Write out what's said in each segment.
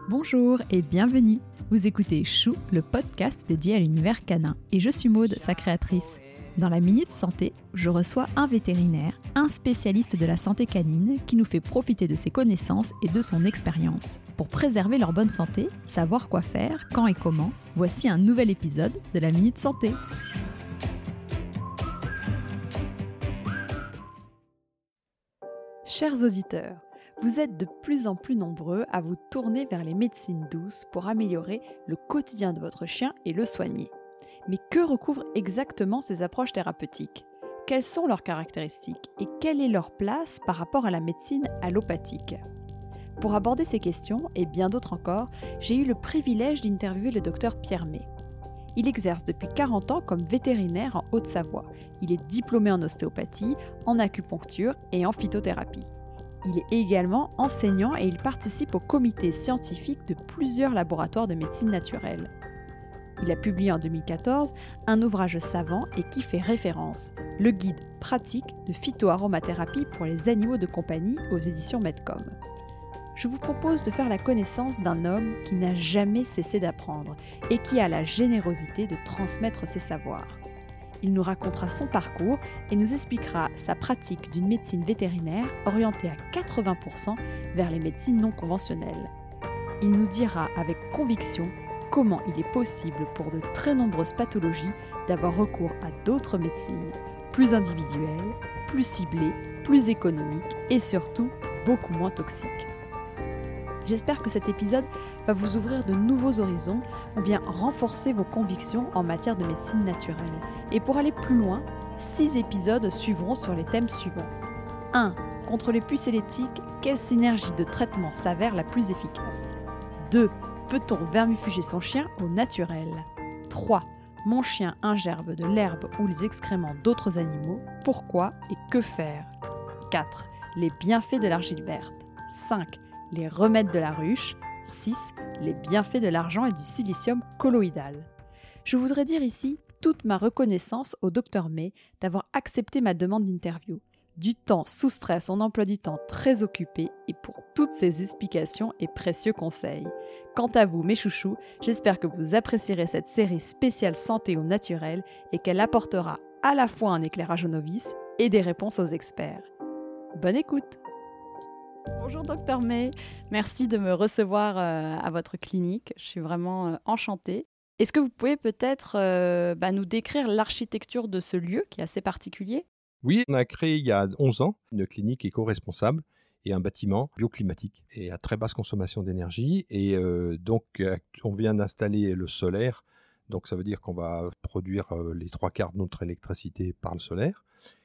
Bonjour et bienvenue. Vous écoutez Chou, le podcast dédié à l'univers canin. Et je suis Maude, sa créatrice. Dans la Minute Santé, je reçois un vétérinaire, un spécialiste de la santé canine qui nous fait profiter de ses connaissances et de son expérience. Pour préserver leur bonne santé, savoir quoi faire, quand et comment, voici un nouvel épisode de la Minute Santé. Chers auditeurs, vous êtes de plus en plus nombreux à vous tourner vers les médecines douces pour améliorer le quotidien de votre chien et le soigner. Mais que recouvrent exactement ces approches thérapeutiques ? Quelles sont leurs caractéristiques et quelle est leur place par rapport à la médecine allopathique ? Pour aborder ces questions et bien d'autres encore, j'ai eu le privilège d'interviewer le docteur Pierre May. Il exerce depuis 40 ans comme vétérinaire en Haute-Savoie. Il est diplômé en ostéopathie, en acupuncture et en phytothérapie. Il est également enseignant et il participe au comité scientifique de plusieurs laboratoires de médecine naturelle. Il a publié en 2014 un ouvrage savant et qui fait référence, le guide pratique de phytoaromathérapie pour les animaux de compagnie aux éditions Medcom. Je vous propose de faire la connaissance d'un homme qui n'a jamais cessé d'apprendre et qui a la générosité de transmettre ses savoirs. Il nous racontera son parcours et nous expliquera sa pratique d'une médecine vétérinaire orientée à 80% vers les médecines non conventionnelles. Il nous dira avec conviction comment il est possible pour de très nombreuses pathologies d'avoir recours à d'autres médecines, plus individuelles, plus ciblées, plus économiques et surtout beaucoup moins toxiques. J'espère que cet épisode va vous ouvrir de nouveaux horizons ou bien renforcer vos convictions en matière de médecine naturelle. Et pour aller plus loin, 6 épisodes suivront sur les thèmes suivants. 1. Contre les puces électriques, quelle synergie de traitement s'avère la plus efficace ? 2. Peut-on vermifuger son chien au naturel ? 3. Mon chien ingerbe de l'herbe ou les excréments d'autres animaux. Pourquoi et que faire ? 4. Les bienfaits de l'argile verte. 5. Les remèdes de la ruche. 6. Les bienfaits de l'argent et du silicium colloïdal. Je voudrais dire ici toute ma reconnaissance au Dr May d'avoir accepté ma demande d'interview, du temps soustrait à son emploi du temps très occupé et pour toutes ses explications et précieux conseils. Quant à vous, mes chouchous, j'espère que vous apprécierez cette série spéciale santé au naturel et qu'elle apportera à la fois un éclairage aux novices et des réponses aux experts. Bonne écoute! Bonjour Dr May, merci de me recevoir à votre clinique, je suis vraiment enchantée. Est-ce que vous pouvez peut-être nous décrire l'architecture de ce lieu qui est assez particulier ? Oui, on a créé il y a 11 ans une clinique éco-responsable et un bâtiment bioclimatique et à très basse consommation d'énergie. Et donc, on vient d'installer le solaire. Donc, ça veut dire qu'on va produire les 3/4 de notre électricité par le solaire.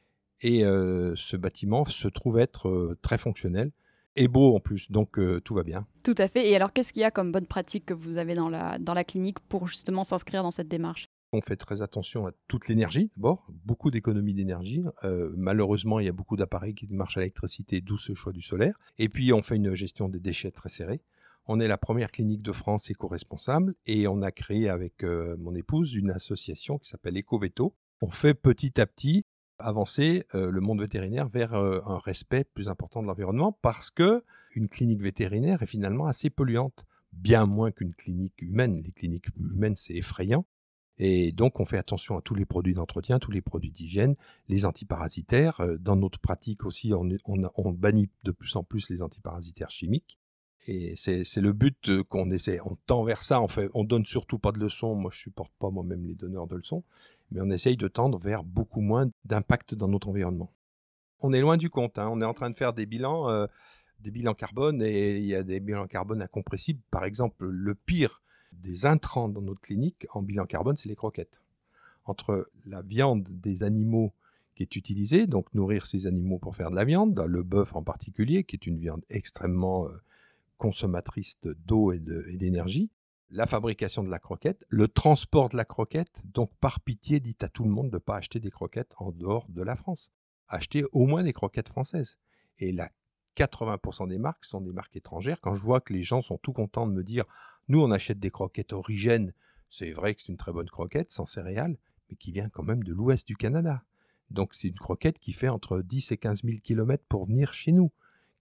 Et ce bâtiment se trouve être très fonctionnel et beau en plus. Donc, tout va bien. Tout à fait. Et alors, qu'est-ce qu'il y a comme bonne pratique que vous avez dans la clinique pour justement s'inscrire dans cette démarche ? On fait très attention à toute l'énergie, d'abord, beaucoup d'économies d'énergie. Malheureusement, il y a beaucoup d'appareils qui marchent à l'électricité, d'où ce choix du solaire. Et puis, on fait une gestion des déchets très serrée. On est la première clinique de France éco-responsable et on a créé avec mon épouse une association qui s'appelle EcoVeto. On fait petit à petit avancer le monde vétérinaire vers un respect plus important de l'environnement parce que une clinique vétérinaire est finalement assez polluante, bien moins qu'une clinique humaine. Les cliniques humaines, c'est effrayant. Et donc, on fait attention à tous les produits d'entretien, tous les produits d'hygiène, les antiparasitaires. Dans notre pratique aussi, on bannit de plus en plus les antiparasitaires chimiques. Et c'est le but qu'on essaie. On tend vers ça. On donne surtout pas de leçons. Moi, je supporte pas moi-même les donneurs de leçons. Mais on essaye de tendre vers beaucoup moins d'impact dans notre environnement. On est loin du compte. On est en train de faire des bilans carbone et il y a des bilans carbone incompressibles. Par exemple, le pire des intrants dans notre clinique en bilan carbone, c'est les croquettes. Entre la viande des animaux qui est utilisée, donc nourrir ces animaux pour faire de la viande, le bœuf en particulier, qui est une viande extrêmement consommatrice d'eau et d'énergie, la fabrication de la croquette, le transport de la croquette. Donc par pitié, dites à tout le monde de ne pas acheter des croquettes en dehors de la France. Achetez au moins des croquettes françaises. Et la 80% des marques sont des marques étrangères. Quand je vois que les gens sont tout contents de me dire « Nous, on achète des croquettes Origène », c'est vrai que c'est une très bonne croquette, sans céréales, mais qui vient quand même de l'ouest du Canada. Donc c'est une croquette qui fait entre 10 et 15 000 km pour venir chez nous,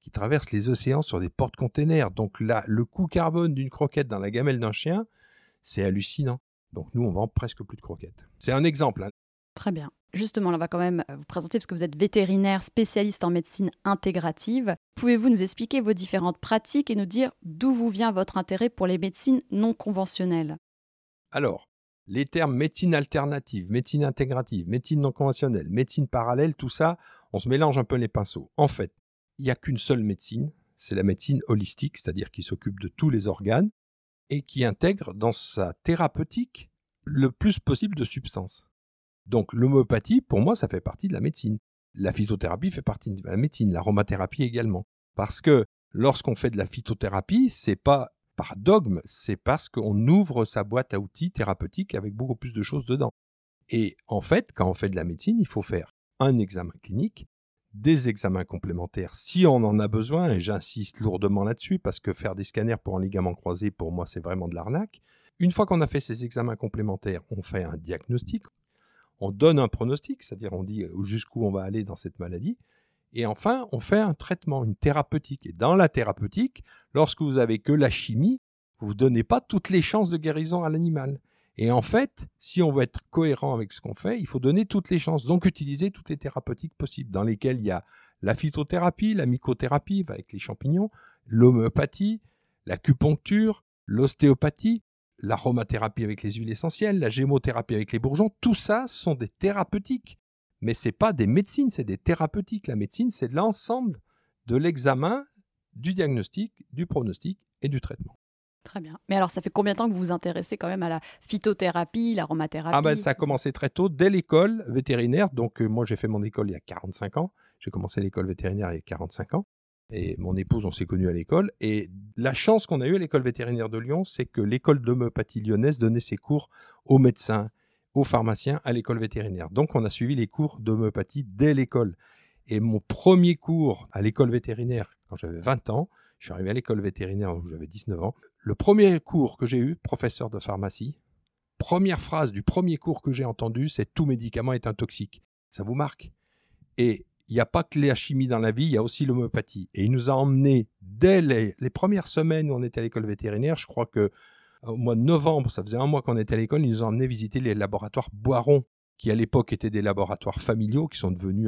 qui traversent les océans sur des porte-containers. Donc là, le coût carbone d'une croquette dans la gamelle d'un chien, c'est hallucinant. Donc nous, on vend presque plus de croquettes. C'est un exemple. Très bien. Justement, là, on va quand même vous présenter parce que vous êtes vétérinaire spécialiste en médecine intégrative. Pouvez-vous nous expliquer vos différentes pratiques et nous dire d'où vous vient votre intérêt pour les médecines non conventionnelles? Alors, les termes médecine alternative, médecine intégrative, médecine non conventionnelle, médecine parallèle, tout ça, on se mélange un peu les pinceaux. En fait, il n'y a qu'une seule médecine, c'est la médecine holistique, c'est-à-dire qui s'occupe de tous les organes et qui intègre dans sa thérapeutique le plus possible de substances. Donc l'homéopathie, pour moi, ça fait partie de la médecine. La phytothérapie fait partie de la médecine, l'aromathérapie également. Parce que lorsqu'on fait de la phytothérapie, c'est pas par dogme, c'est parce qu'on ouvre sa boîte à outils thérapeutique avec beaucoup plus de choses dedans. Et en fait, quand on fait de la médecine, il faut faire un examen clinique, des examens complémentaires si on en a besoin, et j'insiste lourdement là-dessus, parce que faire des scanners pour un ligament croisé, pour moi, c'est vraiment de l'arnaque. Une fois qu'on a fait ces examens complémentaires, on fait un diagnostic, on donne un pronostic, c'est-à-dire on dit jusqu'où on va aller dans cette maladie, et enfin, on fait un traitement, une thérapeutique. Et dans la thérapeutique, lorsque vous avez que la chimie, vous ne donnez pas toutes les chances de guérison à l'animal. Et en fait, si on veut être cohérent avec ce qu'on fait, il faut donner toutes les chances, donc utiliser toutes les thérapeutiques possibles, dans lesquelles il y a la phytothérapie, la mycothérapie avec les champignons, l'homéopathie, l'acupuncture, l'ostéopathie, l'aromathérapie avec les huiles essentielles, la gémothérapie avec les bourgeons. Tout ça sont des thérapeutiques. Mais ce n'est pas des médecines, c'est des thérapeutiques. La médecine, c'est l'ensemble de l'examen, du diagnostic, du pronostic et du traitement. Très bien. Mais alors, ça fait combien de temps que vous vous intéressez quand même à la phytothérapie, l'aromathérapie? Ça a commencé très tôt, dès l'école vétérinaire. Donc moi, j'ai fait mon école il y a 45 ans. J'ai commencé l'école vétérinaire il y a 45 ans. Et mon épouse, on s'est connus à l'école. Et la chance qu'on a eue à l'école vétérinaire de Lyon, c'est que l'école d'homéopathie lyonnaise donnait ses cours aux médecins, aux pharmaciens à l'école vétérinaire. Donc, on a suivi les cours d'homéopathie dès l'école. Et mon premier cours à l'école vétérinaire, quand j'avais 20 ans, je suis arrivé à l'école vétérinaire où j'avais 19 ans. Le premier cours que j'ai eu, professeur de pharmacie, première phrase du premier cours que j'ai entendu, c'est « tout médicament est un toxique ». Ça vous marque? Et il n'y a pas que la chimie dans la vie, il y a aussi l'homéopathie. Et il nous a emmenés, dès les premières semaines où on était à l'école vétérinaire, je crois que au mois de novembre, ça faisait un mois qu'on était à l'école, ils nous ont emmenés visiter les laboratoires Boiron, qui à l'époque étaient des laboratoires familiaux, qui sont devenus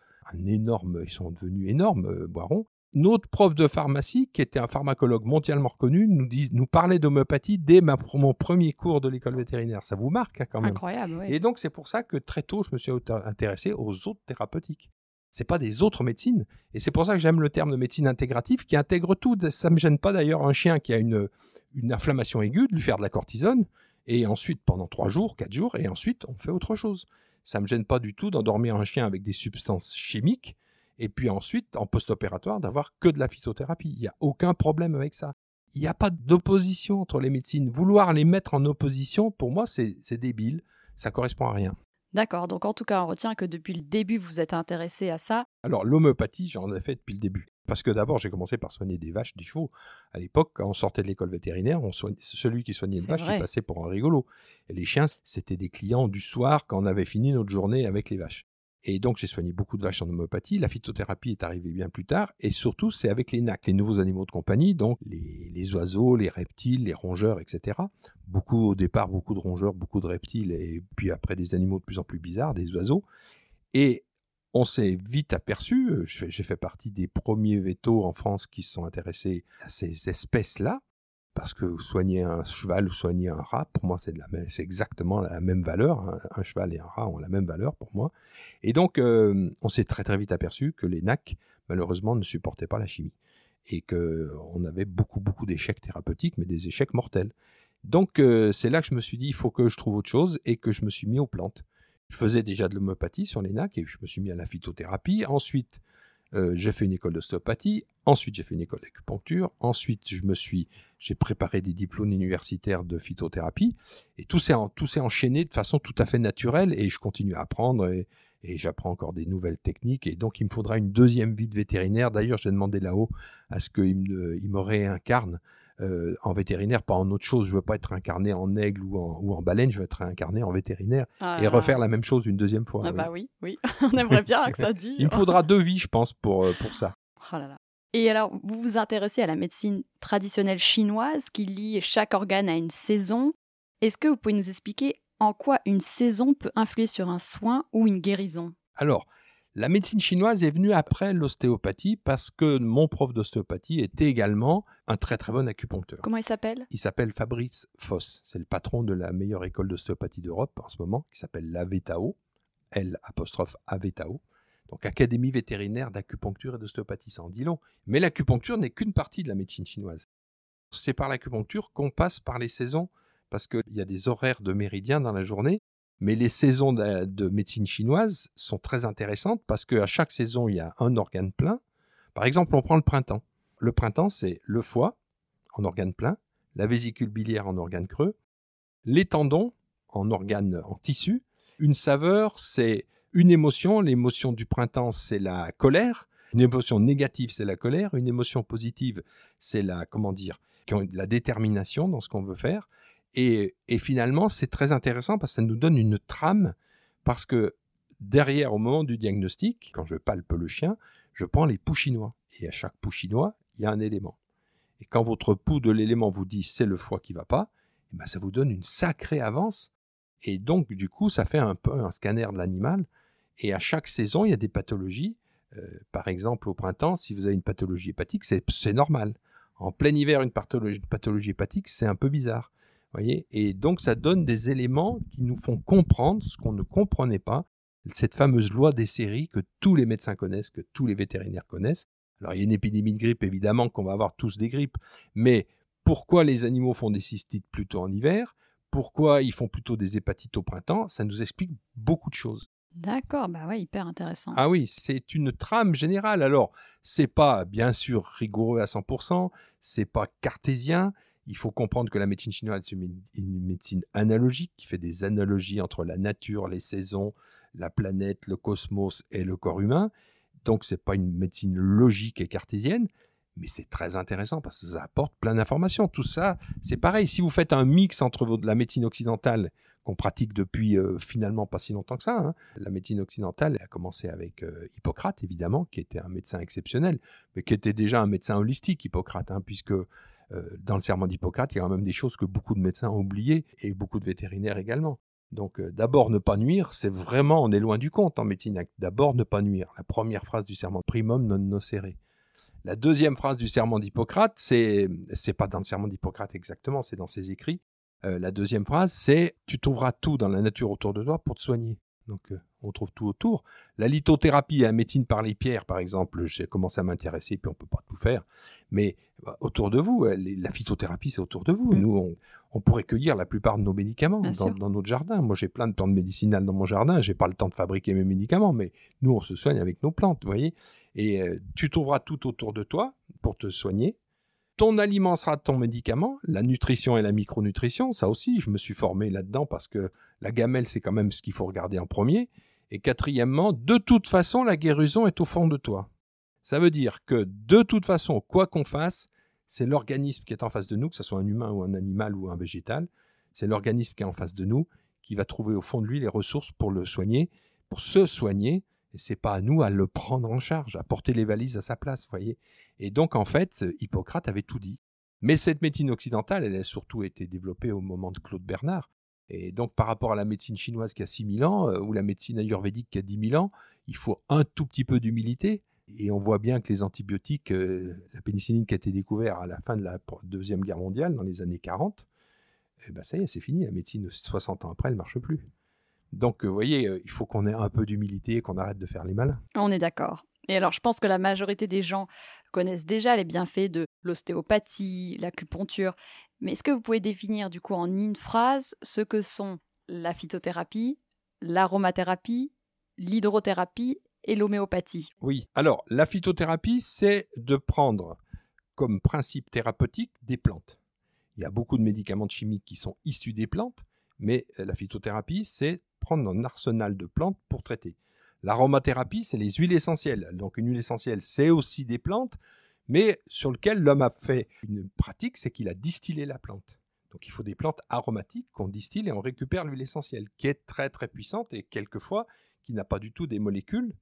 énormes, Boiron. Notre prof de pharmacie, qui était un pharmacologue mondialement reconnu, nous parlait d'homéopathie dès mon premier cours de l'école vétérinaire. Ça vous marque quand même. Incroyable, oui. Et donc c'est pour ça que très tôt, je me suis intéressé aux autres thérapeutiques. C'est pas des autres médecines. Et c'est pour ça que j'aime le terme de médecine intégrative, qui intègre tout. Ça me gêne pas d'ailleurs un chien qui a une inflammation aiguë, de lui faire de la cortisone, et ensuite pendant 3 jours, 4 jours, et ensuite on fait autre chose. Ça me gêne pas du tout d'endormir un chien avec des substances chimiques, et puis ensuite, en post-opératoire, d'avoir que de la phytothérapie. Il n'y a aucun problème avec ça. Il n'y a pas d'opposition entre les médecines. Vouloir les mettre en opposition, pour moi, c'est débile. Ça correspond à rien. D'accord, donc en tout cas, on retient que depuis le début, vous vous êtes intéressé à ça. Alors, l'homéopathie, j'en ai fait depuis le début. Parce que d'abord, j'ai commencé par soigner des vaches, des chevaux. À l'époque, quand on sortait de l'école vétérinaire, celui qui soignait une vache, il passait pour un rigolo. Et les chiens, c'était des clients du soir quand on avait fini notre journée avec les vaches. Et donc, j'ai soigné beaucoup de vaches en homéopathie. La phytothérapie est arrivée bien plus tard. Et surtout, c'est avec les NAC, les nouveaux animaux de compagnie, donc les oiseaux, les reptiles, les rongeurs, etc. Au départ, beaucoup de rongeurs, beaucoup de reptiles, et puis après des animaux de plus en plus bizarres, des oiseaux. Et on s'est vite aperçu, j'ai fait partie des premiers vétos en France qui se sont intéressés à ces espèces-là, parce que soigner un cheval ou soigner un rat, pour moi, c'est exactement la même valeur. Hein. Un cheval et un rat ont la même valeur pour moi. Et donc, on s'est très très vite aperçu que les NAC, malheureusement, ne supportaient pas la chimie. Et qu'on avait beaucoup d'échecs thérapeutiques, mais des échecs mortels. Donc, c'est là que je me suis dit, il faut que je trouve autre chose, et que je me suis mis aux plantes. Je faisais déjà de l'homéopathie sur les NAC, et je me suis mis à la phytothérapie. Ensuite, j'ai fait une école d'ostéopathie, ensuite j'ai fait une école d'acupuncture, ensuite j'ai préparé des diplômes universitaires de phytothérapie, et tout s'est enchaîné de façon tout à fait naturelle, et je continue à apprendre, et j'apprends encore des nouvelles techniques, et donc il me faudra une deuxième vie de vétérinaire. D'ailleurs, j'ai demandé là-haut à ce qu'il me réincarne en vétérinaire, pas en autre chose. Je veux pas être incarné en aigle ou en baleine, je veux être incarné en vétérinaire et refaire la même chose une deuxième fois. Ah bah oui, on aimerait bien que ça dure. Il me faudra 2 vies, je pense, pour ça. Oh là là. Et alors, vous vous intéressez à la médecine traditionnelle chinoise qui lie chaque organe à une saison. Est-ce que vous pouvez nous expliquer en quoi une saison peut influer sur un soin ou une guérison? Alors, la médecine chinoise est venue après l'ostéopathie parce que mon prof d'ostéopathie était également un très très bon acupuncteur. Comment il s'appelle? Il s'appelle Fabrice Foss. C'est le patron de la meilleure école d'ostéopathie d'Europe en ce moment, qui s'appelle l'AVETAO, L''AVETAO. Donc Académie vétérinaire d'acupuncture et d'ostéopathie, ça en dit long. Mais l'acupuncture n'est qu'une partie de la médecine chinoise. C'est par l'acupuncture qu'on passe par les saisons, parce qu'il y a des horaires de méridiens dans la journée. Mais les saisons de médecine chinoise sont très intéressantes parce qu'à chaque saison, il y a un organe plein. Par exemple, on prend le printemps. Le printemps, c'est le foie en organe plein, la vésicule biliaire en organe creux, les tendons en organe en tissu. Une saveur, c'est une émotion. L'émotion du printemps, c'est la colère. Une émotion négative, c'est la colère. Une émotion positive, c'est la détermination dans ce qu'on veut faire. Et finalement, c'est très intéressant parce que ça nous donne une trame, parce que derrière, au moment du diagnostic, quand je palpe le chien, je prends les pouls chinois. Et à chaque pouls chinois, il y a un élément. Et quand votre pouls de l'élément vous dit c'est le foie qui ne va pas, eh ben ça vous donne une sacrée avance. Et donc, du coup, ça fait un peu un scanner de l'animal. Et à chaque saison, il y a des pathologies. Par exemple, au printemps, si vous avez une pathologie hépatique, c'est normal. En plein hiver, une pathologie hépatique, c'est un peu bizarre. Voyez, et donc, ça donne des éléments qui nous font comprendre ce qu'on ne comprenait pas, cette fameuse loi des séries que tous les médecins connaissent, que tous les vétérinaires connaissent. Alors, il y a une épidémie de grippe, évidemment, qu'on va avoir tous des grippes, mais pourquoi les animaux font des cystites plutôt en hiver? Pourquoi ils font plutôt des hépatites au printemps? Ça nous explique beaucoup de choses. D'accord, bah ouais, hyper intéressant. Ah oui, c'est une trame générale. Alors, c'est pas bien sûr rigoureux à 100%, c'est pas cartésien. Il faut comprendre que la médecine chinoise est une médecine analogique qui fait des analogies entre la nature, les saisons, la planète, le cosmos et le corps humain. Donc, c'est pas une médecine logique et cartésienne, mais c'est très intéressant parce que ça apporte plein d'informations. Tout ça, c'est pareil. Si vous faites un mix entre la médecine occidentale qu'on pratique depuis finalement pas si longtemps que ça. Hein. La médecine occidentale a commencé avec Hippocrate, évidemment, qui était un médecin exceptionnel, mais qui était déjà un médecin holistique, Hippocrate, hein, puisque dans le serment d'Hippocrate, il y a quand même des choses que beaucoup de médecins ont oubliées, et beaucoup de vétérinaires également. Donc d'abord ne pas nuire, c'est vraiment, on est loin du compte en médecine. D'abord ne pas nuire. La première phrase du serment, primum non nocere. La deuxième phrase du serment d'Hippocrate, c'est pas dans le serment d'Hippocrate exactement, c'est dans ses écrits. La deuxième phrase, c'est « Tu trouveras tout dans la nature autour de toi pour te soigner ». Donc, on trouve tout autour. La lithothérapie, la médecine par les pierres, par exemple, j'ai commencé à m'intéresser, puis on ne peut pas tout faire. Mais autour de vous, la phytothérapie, c'est autour de vous. Nous, on pourrait cueillir la plupart de nos médicaments dans notre jardin. Moi, j'ai plein de plantes médicinales dans mon jardin. Je n'ai pas le temps de fabriquer mes médicaments, mais nous, on se soigne avec nos plantes, vous voyez. Et tu trouveras tout autour de toi pour te soigner. Ton aliment sera ton médicament, la nutrition et la micronutrition, ça aussi, je me suis formé là-dedans parce que la gamelle, c'est quand même ce qu'il faut regarder en premier. Et quatrièmement, de toute façon, la guérison est au fond de toi. Ça veut dire que de toute façon, quoi qu'on fasse, c'est l'organisme qui est en face de nous, que ce soit un humain ou un animal ou un végétal, c'est l'organisme qui est en face de nous qui va trouver au fond de lui les ressources pour le soigner, pour se soigner. Et c'est pas à nous à le prendre en charge, à porter les valises à sa place, voyez. Et donc, en fait, Hippocrate avait tout dit. Mais cette médecine occidentale, elle a surtout été développée au moment de Claude Bernard. Et donc, par rapport à la médecine chinoise qui a 6000 ans, ou la médecine ayurvédique qui a 10 000 ans, il faut un tout petit peu d'humilité. Et on voit bien que les antibiotiques, la pénicilline qui a été découverte à la fin de la Deuxième Guerre mondiale, dans les années 40, ben ça y est, c'est fini. La médecine, 60 ans après, elle ne marche plus. Donc, vous voyez, il faut qu'on ait un peu d'humilité, qu'on arrête de faire les malins. On est d'accord. Et alors, je pense que la majorité des gens connaissent déjà les bienfaits de l'ostéopathie, l'acupuncture. Mais est-ce que vous pouvez définir, du coup, en une phrase, ce que sont la phytothérapie, l'aromathérapie, l'hydrothérapie et l'homéopathie? Oui. Alors, la phytothérapie, c'est de prendre comme principe thérapeutique des plantes. Il y a beaucoup de médicaments chimiques qui sont issus des plantes, mais la phytothérapie, c'est prendre un arsenal de plantes pour traiter. L'aromathérapie, c'est les huiles essentielles. Donc une huile essentielle, c'est aussi des plantes, mais sur lequel l'homme a fait une pratique, c'est qu'il a distillé la plante. Donc il faut des plantes aromatiques qu'on distille et on récupère l'huile essentielle, qui est très très puissante et quelquefois qui n'a pas du tout des molécules.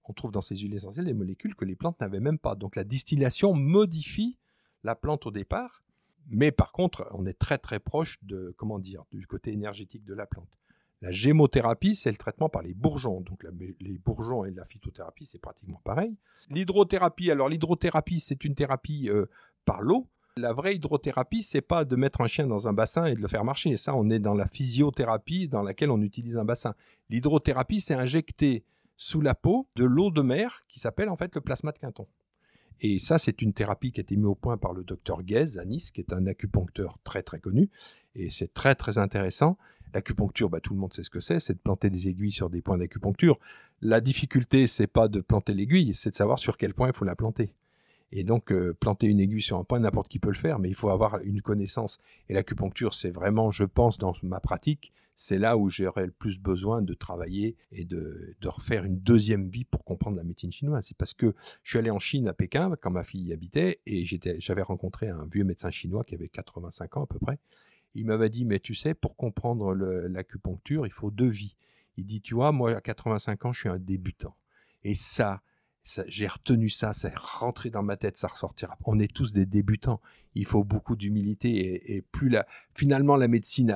on trouve dans ces huiles essentielles des molécules que les plantes n'avaient même pas. Donc la distillation modifie la plante au départ, mais par contre, on est très très proche du côté énergétique de la plante. La gémothérapie, c'est le traitement par les bourgeons. Donc les bourgeons et la phytothérapie, c'est pratiquement pareil. L'hydrothérapie, c'est une thérapie par l'eau. La vraie hydrothérapie, c'est pas de mettre un chien dans un bassin et de le faire marcher. Ça, on est dans la physiothérapie dans laquelle on utilise un bassin. L'hydrothérapie, c'est injecter sous la peau de l'eau de mer qui s'appelle en fait le plasma de Quinton. Et ça, c'est une thérapie qui a été mise au point par le docteur Guez à Nice, qui est un acupuncteur très très connu. Et c'est très très intéressant. L'acupuncture, tout le monde sait ce que c'est de planter des aiguilles sur des points d'acupuncture. La difficulté, c'est pas de planter l'aiguille, c'est de savoir sur quel point il faut la planter. Et donc, planter une aiguille sur un point, n'importe qui peut le faire, mais il faut avoir une connaissance. Et l'acupuncture, c'est vraiment, je pense, dans ma pratique, c'est là où j'aurais le plus besoin de travailler et de refaire une deuxième vie pour comprendre la médecine chinoise. C'est parce que je suis allé en Chine, à Pékin, quand ma fille y habitait, et j'avais rencontré un vieux médecin chinois qui avait 85 ans à peu près. Il m'avait dit, mais tu sais, pour comprendre l'acupuncture, il faut 2 vies. Il dit, tu vois, moi, à 85 ans, je suis un débutant. Et ça, j'ai retenu ça, c'est rentré dans ma tête, ça ressortira. On est tous des débutants. Il faut beaucoup d'humilité et finalement la médecine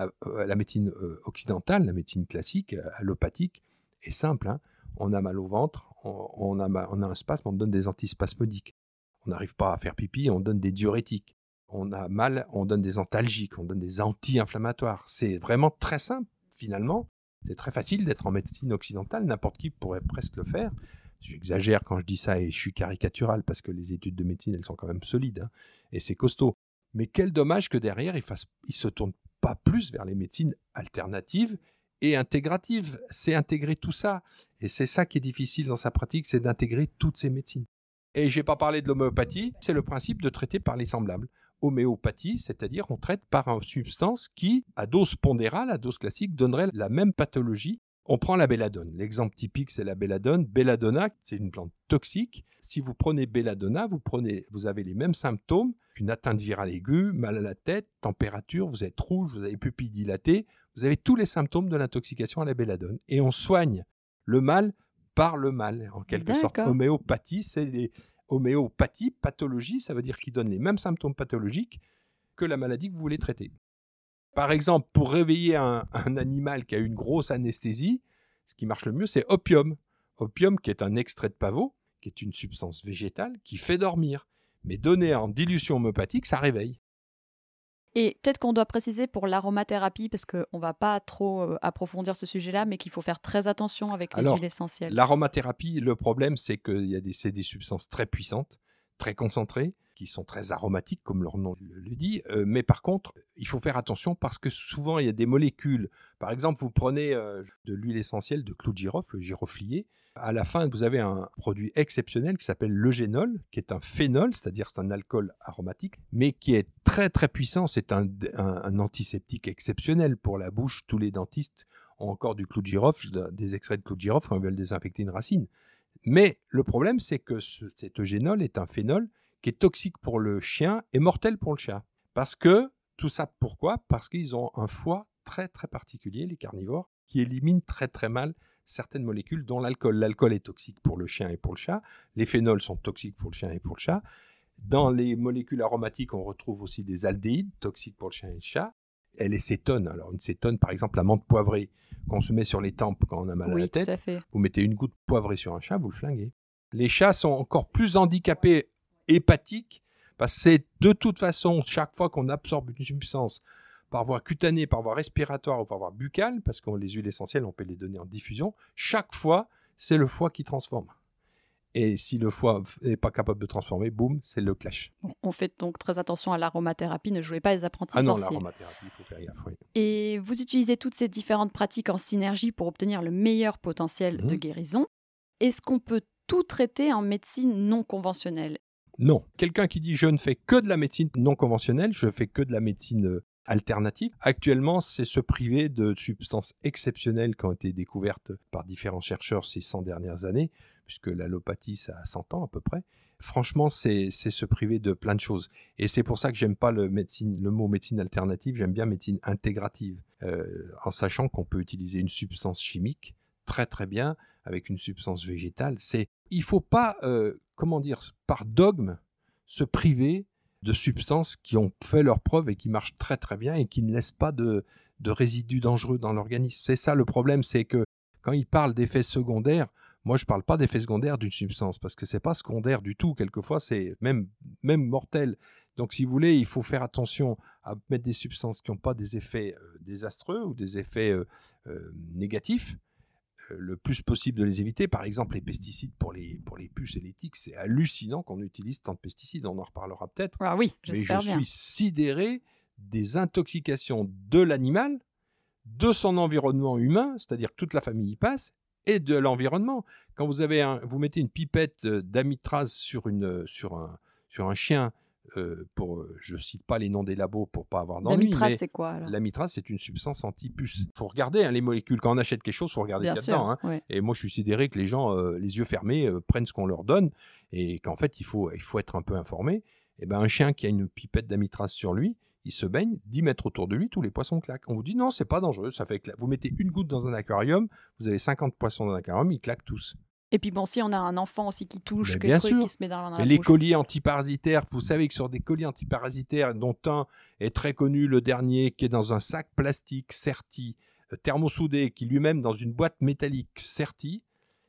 occidentale, la médecine classique, allopathique, est simple. Hein. On a mal au ventre, on a un spasme, on donne des antispasmodiques. On n'arrive pas à faire pipi, on donne des diurétiques. On a mal, on donne des antalgiques, on donne des anti-inflammatoires. C'est vraiment très simple finalement. C'est très facile d'être en médecine occidentale, n'importe qui pourrait presque le faire. J'exagère quand je dis ça et je suis caricatural parce que les études de médecine, elles sont quand même solides hein, et c'est costaud. Mais quel dommage que derrière, ils ne se tournent pas plus vers les médecines alternatives et intégratives. C'est intégrer tout ça. Et c'est ça qui est difficile dans sa pratique, c'est d'intégrer toutes ces médecines. Et je n'ai pas parlé de l'homéopathie, c'est le principe de traiter par les semblables. Homéopathie, c'est-à-dire on traite par une substance qui, à dose pondérale, à dose classique, donnerait la même pathologie. On prend la belladone. L'exemple typique, c'est la belladone. Belladonna, c'est une plante toxique. Si vous prenez belladonna, vous avez les mêmes symptômes qu'une atteinte virale aiguë, mal à la tête, température, vous êtes rouge, vous avez pupilles dilatées. Vous avez tous les symptômes de l'intoxication à la belladone. Et on soigne le mal par le mal, en quelque sorte. Homéopathie, c'est les homéopathie, pathologie, ça veut dire qu'ils donnent les mêmes symptômes pathologiques que la maladie que vous voulez traiter. Par exemple, pour réveiller un animal qui a une grosse anesthésie, ce qui marche le mieux, c'est opium. Opium, qui est un extrait de pavot, qui est une substance végétale qui fait dormir. Mais donné en dilution homéopathique, ça réveille. Et peut-être qu'on doit préciser pour l'aromathérapie, parce qu'on ne va pas trop approfondir ce sujet-là, mais qu'il faut faire très attention avec les huiles essentielles. L'aromathérapie, le problème, c'est que c'est des substances très puissantes, très concentrées, qui sont très aromatiques, comme leur nom le dit. Mais par contre, il faut faire attention parce que souvent, il y a des molécules. Par exemple, vous prenez de l'huile essentielle de clou de girofle, le giroflier. À la fin, vous avez un produit exceptionnel qui s'appelle l'eugénol, qui est un phénol, c'est-à-dire c'est un alcool aromatique, mais qui est très très puissant. C'est un antiseptique exceptionnel pour la bouche. Tous les dentistes ont encore du clou de girofle, des extraits de clou de girofle quand ils veulent désinfecter une racine. Mais le problème, c'est que cet eugénol est un phénol qui est toxique pour le chien et mortel pour le chat. Parce que, tout ça pourquoi ? Parce qu'ils ont un foie très très particulier, les carnivores, qui élimine très très mal certaines molécules, dont l'alcool. L'alcool est toxique pour le chien et pour le chat. Les phénols sont toxiques pour le chien et pour le chat. Dans les molécules aromatiques, on retrouve aussi des aldéhydes, toxiques pour le chien et le chat. Et les cétones. Alors une cétone, par exemple, la menthe poivrée, qu'on se met sur les tempes quand on a mal à la tête. Tout à fait. Vous mettez une goutte poivrée sur un chat, vous le flinguez. Les chats sont encore plus handicapés hépatiques, parce que c'est de toute façon, chaque fois qu'on absorbe une substance par voie cutanée, par voie respiratoire ou par voie buccale, parce que les huiles essentielles, on peut les donner en diffusion, chaque fois, c'est le foie qui transforme. Et si le foie n'est pas capable de transformer, boum, c'est le clash. On fait donc très attention à l'aromathérapie, ne jouez pas les apprentis sorciers. Ah non, sorciers. L'aromathérapie, il faut faire gaffe, oui. Et vous utilisez toutes ces différentes pratiques en synergie pour obtenir le meilleur potentiel de guérison. Est-ce qu'on peut tout traiter en médecine non conventionnelle ? Non. Quelqu'un qui dit « je ne fais que de la médecine non conventionnelle, je fais que de la médecine alternative », actuellement, c'est se priver de substances exceptionnelles qui ont été découvertes par différents chercheurs ces 100 dernières années, puisque l'allopathie, ça a 100 ans à peu près. Franchement, c'est se priver de plein de choses. Et c'est pour ça que j'aime pas le mot médecine alternative, j'aime bien médecine intégrative, en sachant qu'on peut utiliser une substance chimique très très bien avec une substance végétale. C'est il ne faut pas, par dogme, se priver de substances qui ont fait leurs preuves et qui marchent très très bien et qui ne laissent pas de résidus dangereux dans l'organisme. C'est ça le problème, c'est que quand ils parlent d'effets secondaires, moi je ne parle pas d'effets secondaires d'une substance parce que ce n'est pas secondaire du tout. Quelquefois, c'est même mortel. Donc si vous voulez, il faut faire attention à mettre des substances qui n'ont pas des effets désastreux ou des effets négatifs. Le plus possible de les éviter. Par exemple, les pesticides pour les puces et les tiques, c'est hallucinant qu'on utilise tant de pesticides. On en reparlera peut-être. Ah oui, mais j'espère je bien. suis sidéré des intoxications de l'animal, de son environnement humain, c'est-à-dire que toute la famille y passe, et de l'environnement. Quand vous mettez une pipette d'amitrase sur un chien, je cite pas les noms des labos pour pas avoir d'ennui. L'amitrase, c'est quoi alors? L'amitrase, c'est une substance anti-puce. Il faut regarder les molécules. Quand on achète quelque chose, il faut regarder ce qu'il y a dedans. Ouais. Et moi, je suis sidéré que les gens, les yeux fermés, prennent ce qu'on leur donne et qu'en fait, il faut être un peu informé. Et ben, un chien qui a une pipette d'amitrase sur lui, il se baigne, 10 mètres autour de lui, tous les poissons claquent. On vous dit non, c'est pas dangereux, ça fait vous mettez une goutte dans un aquarium, vous avez 50 poissons dans l'aquarium, ils claquent tous. Et puis bon, si on a un enfant aussi qui touche, qui se met dans la Mais les bouche. colliers antiparasitaires, vous savez que sur des colliers antiparasitaires, dont un est très connu, le dernier, qui est dans un sac plastique serti, thermosoudé, qui lui-même dans une boîte métallique sertie,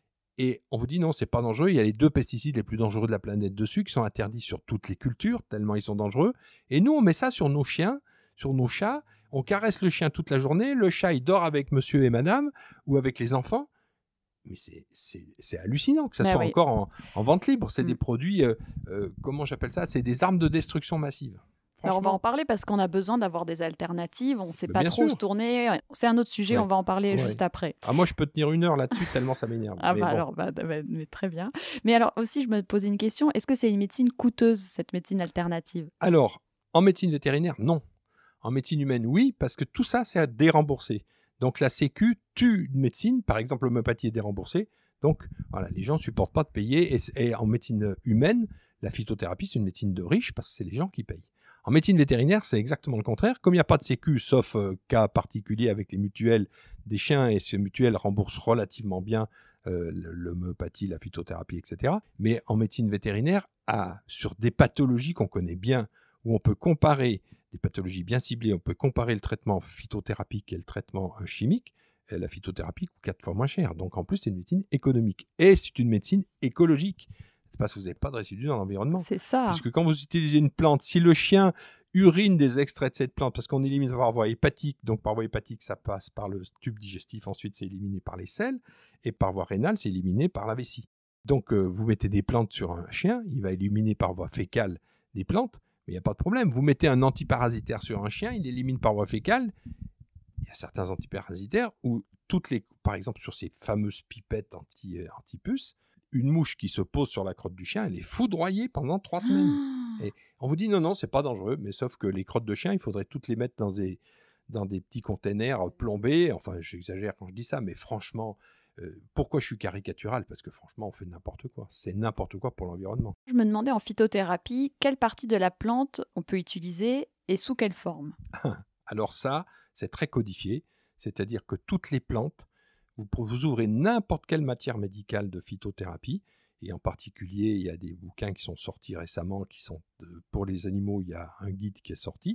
et on vous dit non, c'est pas dangereux, il y a les 2 pesticides les plus dangereux de la planète dessus, qui sont interdits sur toutes les cultures, tellement ils sont dangereux, et nous on met ça sur nos chiens, sur nos chats, on caresse le chien toute la journée, le chat il dort avec monsieur et madame, ou avec les enfants. Mais c'est hallucinant que ça soit encore en vente libre. C'est des produits, comment j'appelle ça ? C'est des armes de destruction massive. Alors on va en parler parce qu'on a besoin d'avoir des alternatives. On ne sait pas trop où se tourner. C'est un autre sujet, on va en parler juste après. Ah, moi, je peux tenir 1 heure là-dessus tellement ça m'énerve. Ah bah alors, mais très bien. Mais alors aussi, je me posais une question. Est-ce que c'est une médecine coûteuse, cette médecine alternative ? Alors, en médecine vétérinaire, non. En médecine humaine, oui, parce que tout ça, c'est à dérembourser. Donc la Sécu tue une médecine, par exemple l'homéopathie est déremboursée, donc voilà, les gens ne supportent pas de payer, et en médecine humaine, la phytothérapie c'est une médecine de riches parce que c'est les gens qui payent. En médecine vétérinaire, c'est exactement le contraire, comme il n'y a pas de Sécu, sauf cas particulier avec les mutuelles des chiens, et ces mutuelles remboursent relativement bien l'homéopathie, la phytothérapie, etc. Mais en médecine vétérinaire, sur des pathologies qu'on connaît bien, où on peut comparer des pathologies bien ciblées, on peut comparer le traitement phytothérapique et le traitement chimique, et la phytothérapie coûte 4 fois moins cher. Donc en plus, c'est une médecine économique. Et c'est une médecine écologique. C'est parce que vous n'avez pas de résidus dans l'environnement. C'est ça. Puisque quand vous utilisez une plante, si le chien urine des extraits de cette plante, parce qu'on élimine par voie hépatique, donc par voie hépatique, ça passe par le tube digestif, ensuite c'est éliminé par les selles, et par voie rénale, c'est éliminé par la vessie. Donc vous mettez des plantes sur un chien, il va éliminer par voie fécale des plantes, mais il n'y a pas de problème. Vous mettez un antiparasitaire sur un chien, il élimine par voie fécale. Il y a certains antiparasitaires où par exemple sur ces fameuses pipettes anti-puces, une mouche qui se pose sur la crotte du chien, elle est foudroyée pendant 3 semaines. Et on vous dit non, c'est pas dangereux, mais sauf que les crottes de chien, il faudrait toutes les mettre dans des petits containers plombés. Enfin, j'exagère quand je dis ça, mais franchement, pourquoi je suis caricatural ? Parce que franchement, on fait n'importe quoi. C'est n'importe quoi pour l'environnement. Je me demandais en phytothérapie, quelle partie de la plante on peut utiliser et sous quelle forme ? Alors ça, c'est très codifié. C'est-à-dire que toutes les plantes, vous ouvrez n'importe quelle matière médicale de phytothérapie, et en particulier, il y a des bouquins qui sont sortis récemment, pour les animaux, il y a un guide qui est sorti,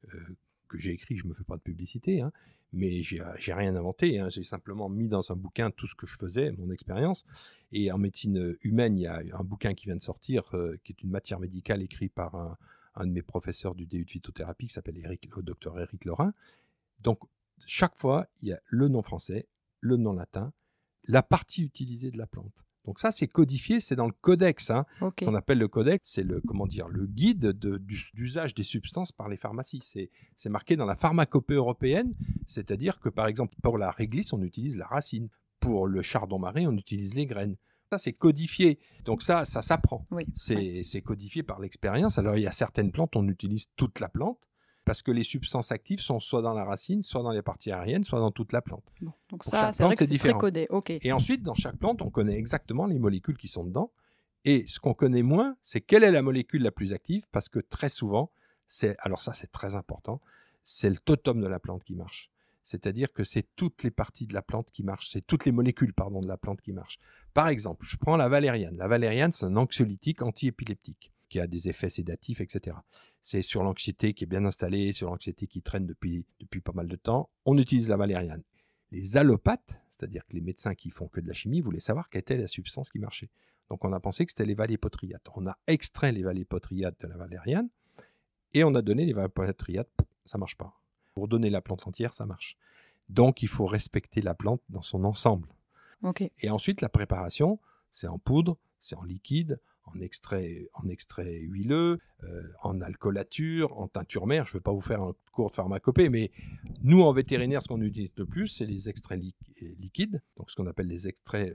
que j'ai écrit, je ne me fais pas de publicité, mais j'ai rien inventé, j'ai simplement mis dans un bouquin tout ce que je faisais, mon expérience. Et en médecine humaine, il y a un bouquin qui vient de sortir, qui est une matière médicale écrite par un de mes professeurs du DU de phytothérapie, qui s'appelle le docteur Éric Lorrain. Donc, chaque fois, il y a le nom français, le nom latin, la partie utilisée de la plante. Donc ça, c'est codifié, c'est dans le codex, Okay. qu'on appelle le codex, c'est le guide d'usage des substances par les pharmacies. C'est marqué dans la pharmacopée européenne, c'est-à-dire que par exemple, pour la réglisse, on utilise la racine. Pour le chardon-marie, on utilise les graines. Ça, c'est codifié. Donc ça s'apprend. Oui. C'est codifié par l'expérience. Alors, il y a certaines plantes, on utilise toute la plante, parce que les substances actives sont soit dans la racine, soit dans les parties aériennes, soit dans toute la plante. Bon, donc pour ça, c'est vrai que c'est très codé. Okay. Et ensuite, dans chaque plante, on connaît exactement les molécules qui sont dedans. Et ce qu'on connaît moins, c'est quelle est la molécule la plus active, parce que très souvent, alors ça c'est très important, c'est le totem de la plante qui marche. C'est-à-dire que c'est toutes les parties de la plante qui marchent, c'est toutes les molécules, pardon, de la plante qui marchent. Par exemple, je prends la valériane. La valériane, c'est un anxiolytique anti-épileptique qui a des effets sédatifs, etc. C'est sur l'anxiété qui est bien installée, sur l'anxiété qui traîne depuis pas mal de temps. On utilise la valériane. Les allopathes, c'est-à-dire que les médecins qui font que de la chimie, voulaient savoir quelle était la substance qui marchait. Donc on a pensé que c'était les valépotriates. On a extrait les valépotriates de la valériane et on a donné les valépotriates, ça ne marche pas. Pour donner la plante entière, ça marche. Donc il faut respecter la plante dans son ensemble. Ok. Et ensuite, la préparation, c'est en poudre, c'est en liquide, en extrait huileux, en alcoolature, en teinture mère. Je ne vais pas vous faire un cours de pharmacopée, mais nous, en vétérinaire, ce qu'on utilise le plus, c'est les extraits liquides, donc ce qu'on appelle les extraits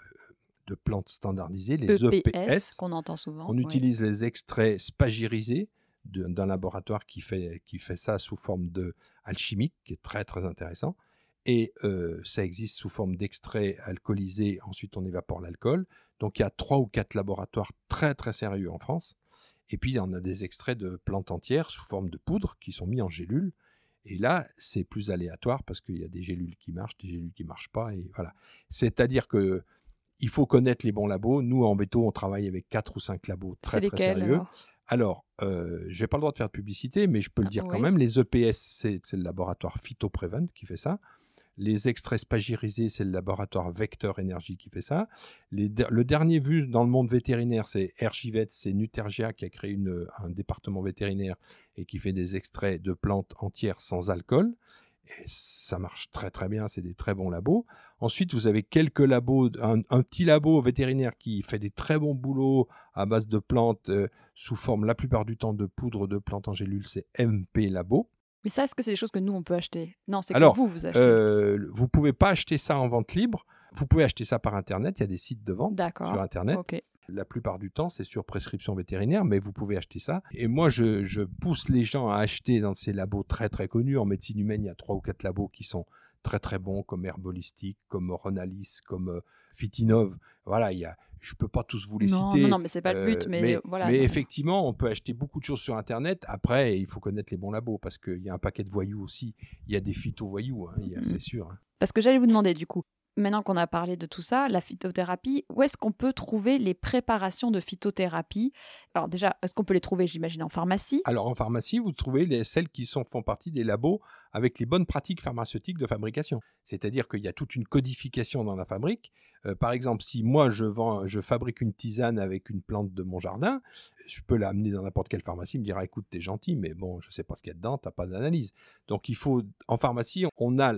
de plantes standardisées, les EPS. Qu'on entend souvent. On utilise les extraits spagyrisés d'un laboratoire qui fait ça sous forme de alchimique, qui est très très intéressant. Et ça existe sous forme d'extrait alcoolisé, ensuite on évapore l'alcool. Donc il y a 3 ou 4 laboratoires très très sérieux en France. Et puis on a des extraits de plantes entières sous forme de poudre qui sont mis en gélules. Et là, c'est plus aléatoire parce qu'il y a des gélules qui marchent, des gélules qui ne marchent pas. Et voilà. C'est-à-dire que il faut connaître les bons labos. Nous, en Veto, on travaille avec 4 ou 5 labos très très sérieux. Alors, je n'ai pas le droit de faire de publicité, mais je peux le dire quand même. Les EPS, c'est le laboratoire Phytoprevent qui fait ça. Les extraits spagyrisés, c'est le laboratoire Vecteur Énergie qui fait ça. Le dernier vu dans le monde vétérinaire, c'est Hergivet, c'est Nutergia qui a créé un département vétérinaire et qui fait des extraits de plantes entières sans alcool. Et ça marche très très bien, c'est des très bons labos. Ensuite, vous avez quelques labos, un petit labo vétérinaire qui fait des très bons boulots à base de plantes sous forme la plupart du temps de poudre de plantes en gélules, c'est MP Labo. Mais ça, est-ce que c'est des choses que nous, on peut acheter? Non, c'est que vous achetez. Vous ne pouvez pas acheter ça en vente libre. Vous pouvez acheter ça par Internet. Il y a des sites de vente sur Internet. Okay. La plupart du temps, c'est sur prescription vétérinaire, mais vous pouvez acheter ça. Et moi, je pousse les gens à acheter dans ces labos très, très connus. En médecine humaine, il y a 3 ou 4 labos qui sont très, très bons, comme Herbolistic, comme Ronalis, comme Fitinov. Voilà, je ne peux pas tous vous les citer. Non, mais ce n'est pas le but. Mais effectivement, on peut acheter beaucoup de choses sur Internet. Après, il faut connaître les bons labos parce qu'il y a un paquet de voyous aussi. Il y a des phyto-voyous, c'est sûr. Parce que j'allais vous demander, du coup, maintenant qu'on a parlé de tout ça, la phytothérapie, où est-ce qu'on peut trouver les préparations de phytothérapie? Alors déjà, est-ce qu'on peut les trouver, j'imagine, en pharmacie? Alors en pharmacie, vous trouvez celles qui font partie des labos avec les bonnes pratiques pharmaceutiques de fabrication. C'est-à-dire qu'il y a toute une codification dans la fabrique. Par exemple, si moi je fabrique une tisane avec une plante de mon jardin, je peux l'amener dans n'importe quelle pharmacie, il me dira écoute, t'es gentil, mais bon, je ne sais pas ce qu'il y a dedans, t'as pas d'analyse. Donc en pharmacie, on a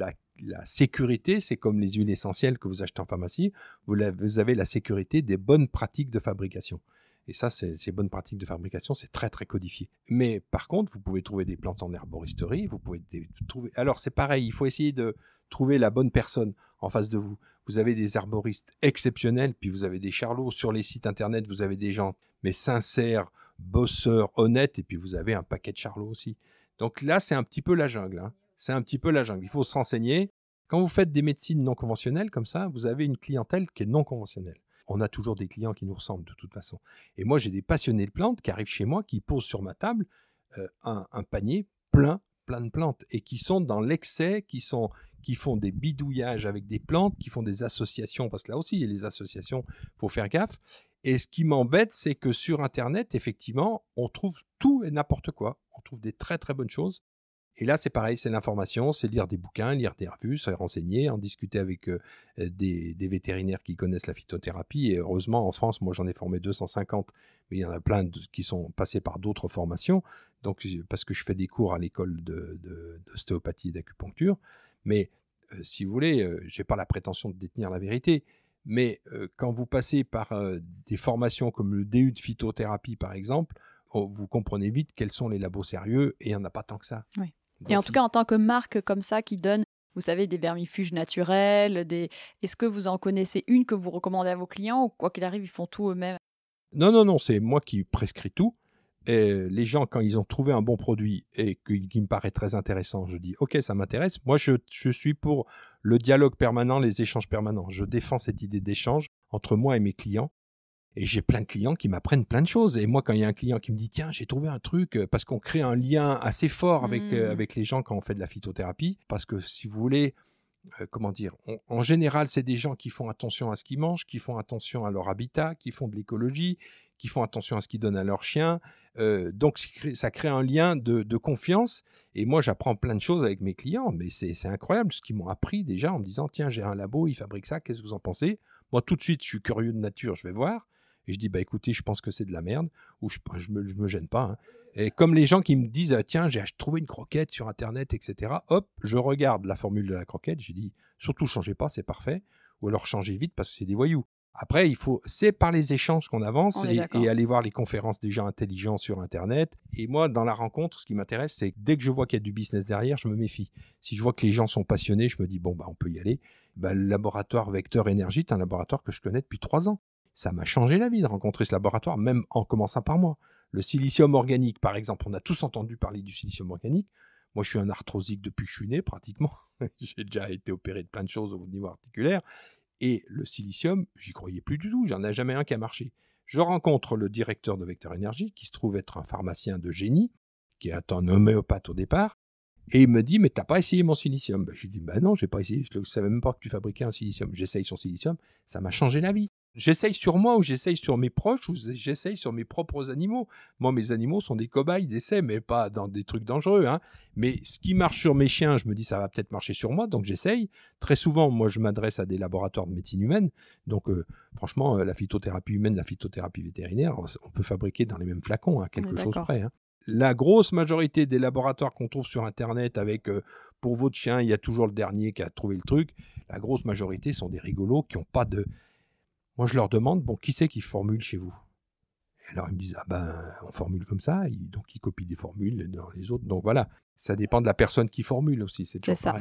la sécurité, c'est comme les huiles essentielles que vous achetez en pharmacie, vous avez la sécurité des bonnes pratiques de fabrication. Et ça, ces bonnes pratiques de fabrication, c'est très, très codifié. Mais par contre, vous pouvez trouver des plantes en herboristerie, vous pouvez trouver... Alors, c'est pareil, il faut essayer de trouver la bonne personne en face de vous. Vous avez des herboristes exceptionnels, puis vous avez des charlots. Sur les sites internet, vous avez des gens, mais sincères, bosseurs, honnêtes, et puis vous avez un paquet de charlots aussi. Donc là, c'est un petit peu la jungle, C'est un petit peu la jungle. Il faut se renseigner. Quand vous faites des médecines non conventionnelles comme ça, vous avez une clientèle qui est non conventionnelle. On a toujours des clients qui nous ressemblent de toute façon. Et moi, j'ai des passionnés de plantes qui arrivent chez moi, qui posent sur ma table un panier plein de plantes et qui sont dans l'excès, qui font des bidouillages avec des plantes, qui font des associations, parce que là aussi, il y a les associations, il faut faire gaffe. Et ce qui m'embête, c'est que sur Internet, effectivement, on trouve tout et n'importe quoi. On trouve des très, très bonnes choses. Et là, c'est pareil, c'est l'information, c'est lire des bouquins, lire des revues, se renseigner, en discuter avec des vétérinaires qui connaissent la phytothérapie. Et heureusement, en France, moi, j'en ai formé 250, mais il y en a plein qui sont passés par d'autres formations, donc, parce que je fais des cours à l'école d'ostéopathie et d'acupuncture. Mais si vous voulez, je n'ai pas la prétention de détenir la vérité, mais quand vous passez par des formations comme le DU de phytothérapie, par exemple, vous comprenez vite quels sont les labos sérieux, et il n'y en a pas tant que ça. Oui. Et en tout cas, en tant que marque comme ça qui donne, vous savez, des vermifuges naturels, est-ce que vous en connaissez une que vous recommandez à vos clients ou quoi qu'il arrive, ils font tout eux-mêmes? Non, c'est moi qui prescris tout. Et les gens, quand ils ont trouvé un bon produit et qui me paraît très intéressant, je dis « Ok, ça m'intéresse ». Moi, je suis pour le dialogue permanent, les échanges permanents. Je défends cette idée d'échange entre moi et mes clients. Et j'ai plein de clients qui m'apprennent plein de choses. Et moi, quand il y a un client qui me dit, tiens, j'ai trouvé un truc, parce qu'on crée un lien assez fort avec les gens quand on fait de la phytothérapie, parce que si vous voulez, en général, c'est des gens qui font attention à ce qu'ils mangent, qui font attention à leur habitat, qui font de l'écologie, qui font attention à ce qu'ils donnent à leurs chiens. Donc, ça crée un lien de confiance. Et moi, j'apprends plein de choses avec mes clients. Mais c'est incroyable ce qu'ils m'ont appris déjà en me disant, tiens, j'ai un labo, ils fabriquent ça, qu'est-ce que vous en pensez? Moi, tout de suite, je suis curieux de nature, je vais voir. Et je dis, bah écoutez, je pense que c'est de la merde, ou je me gêne pas. Hein. Et comme les gens qui me disent, tiens, j'ai trouvé une croquette sur Internet, etc. Hop, je regarde la formule de la croquette, j'ai dit, surtout changez pas, c'est parfait. Ou alors changez vite parce que c'est des voyous. Après, c'est par les échanges qu'on avance et aller voir les conférences des gens intelligents sur Internet. Et moi, dans la rencontre, ce qui m'intéresse, c'est que dès que je vois qu'il y a du business derrière, je me méfie. Si je vois que les gens sont passionnés, je me dis, bon, bah, on peut y aller. Bah, le laboratoire Vecteur Énergie, c'est un laboratoire que je connais depuis 3 ans. Ça m'a changé la vie de rencontrer ce laboratoire, même en commençant par moi. Le silicium organique, par exemple, on a tous entendu parler du silicium organique. Moi, je suis un arthrosique depuis que je suis né, pratiquement. J'ai déjà été opéré de plein de choses au niveau articulaire. Et le silicium, j'y croyais plus du tout. J'en ai jamais un qui a marché. Je rencontre le directeur de Vecteur Énergie, qui se trouve être un pharmacien de génie, qui est un homéopathe au départ. Et il me dit, mais t'as pas essayé mon silicium? Je lui dis, bah non, j'ai pas essayé. Je ne savais même pas que tu fabriquais un silicium. J'essaye son silicium. Ça m'a changé la vie. J'essaye sur moi ou j'essaye sur mes proches ou j'essaye sur mes propres animaux. Moi, mes animaux sont des cobayes d'essai, mais pas dans des trucs dangereux. Hein. Mais ce qui marche sur mes chiens, je me dis ça va peut-être marcher sur moi, donc j'essaye. Très souvent, moi, je m'adresse à des laboratoires de médecine humaine. Donc, franchement, la phytothérapie humaine, la phytothérapie vétérinaire, on peut fabriquer dans les mêmes flacons, à quelque chose près. Hein. La grosse majorité des laboratoires qu'on trouve sur Internet avec pour votre chien, il y a toujours le dernier qui a trouvé le truc. La grosse majorité sont des rigolos qui n'ont pas de... Moi, je leur demande, bon, qui c'est qui formule chez vous? Et alors, ils me disent, on formule comme ça. Donc, ils copient des formules dans les autres. Donc, voilà, ça dépend de la personne qui formule aussi. C'est toujours pareil.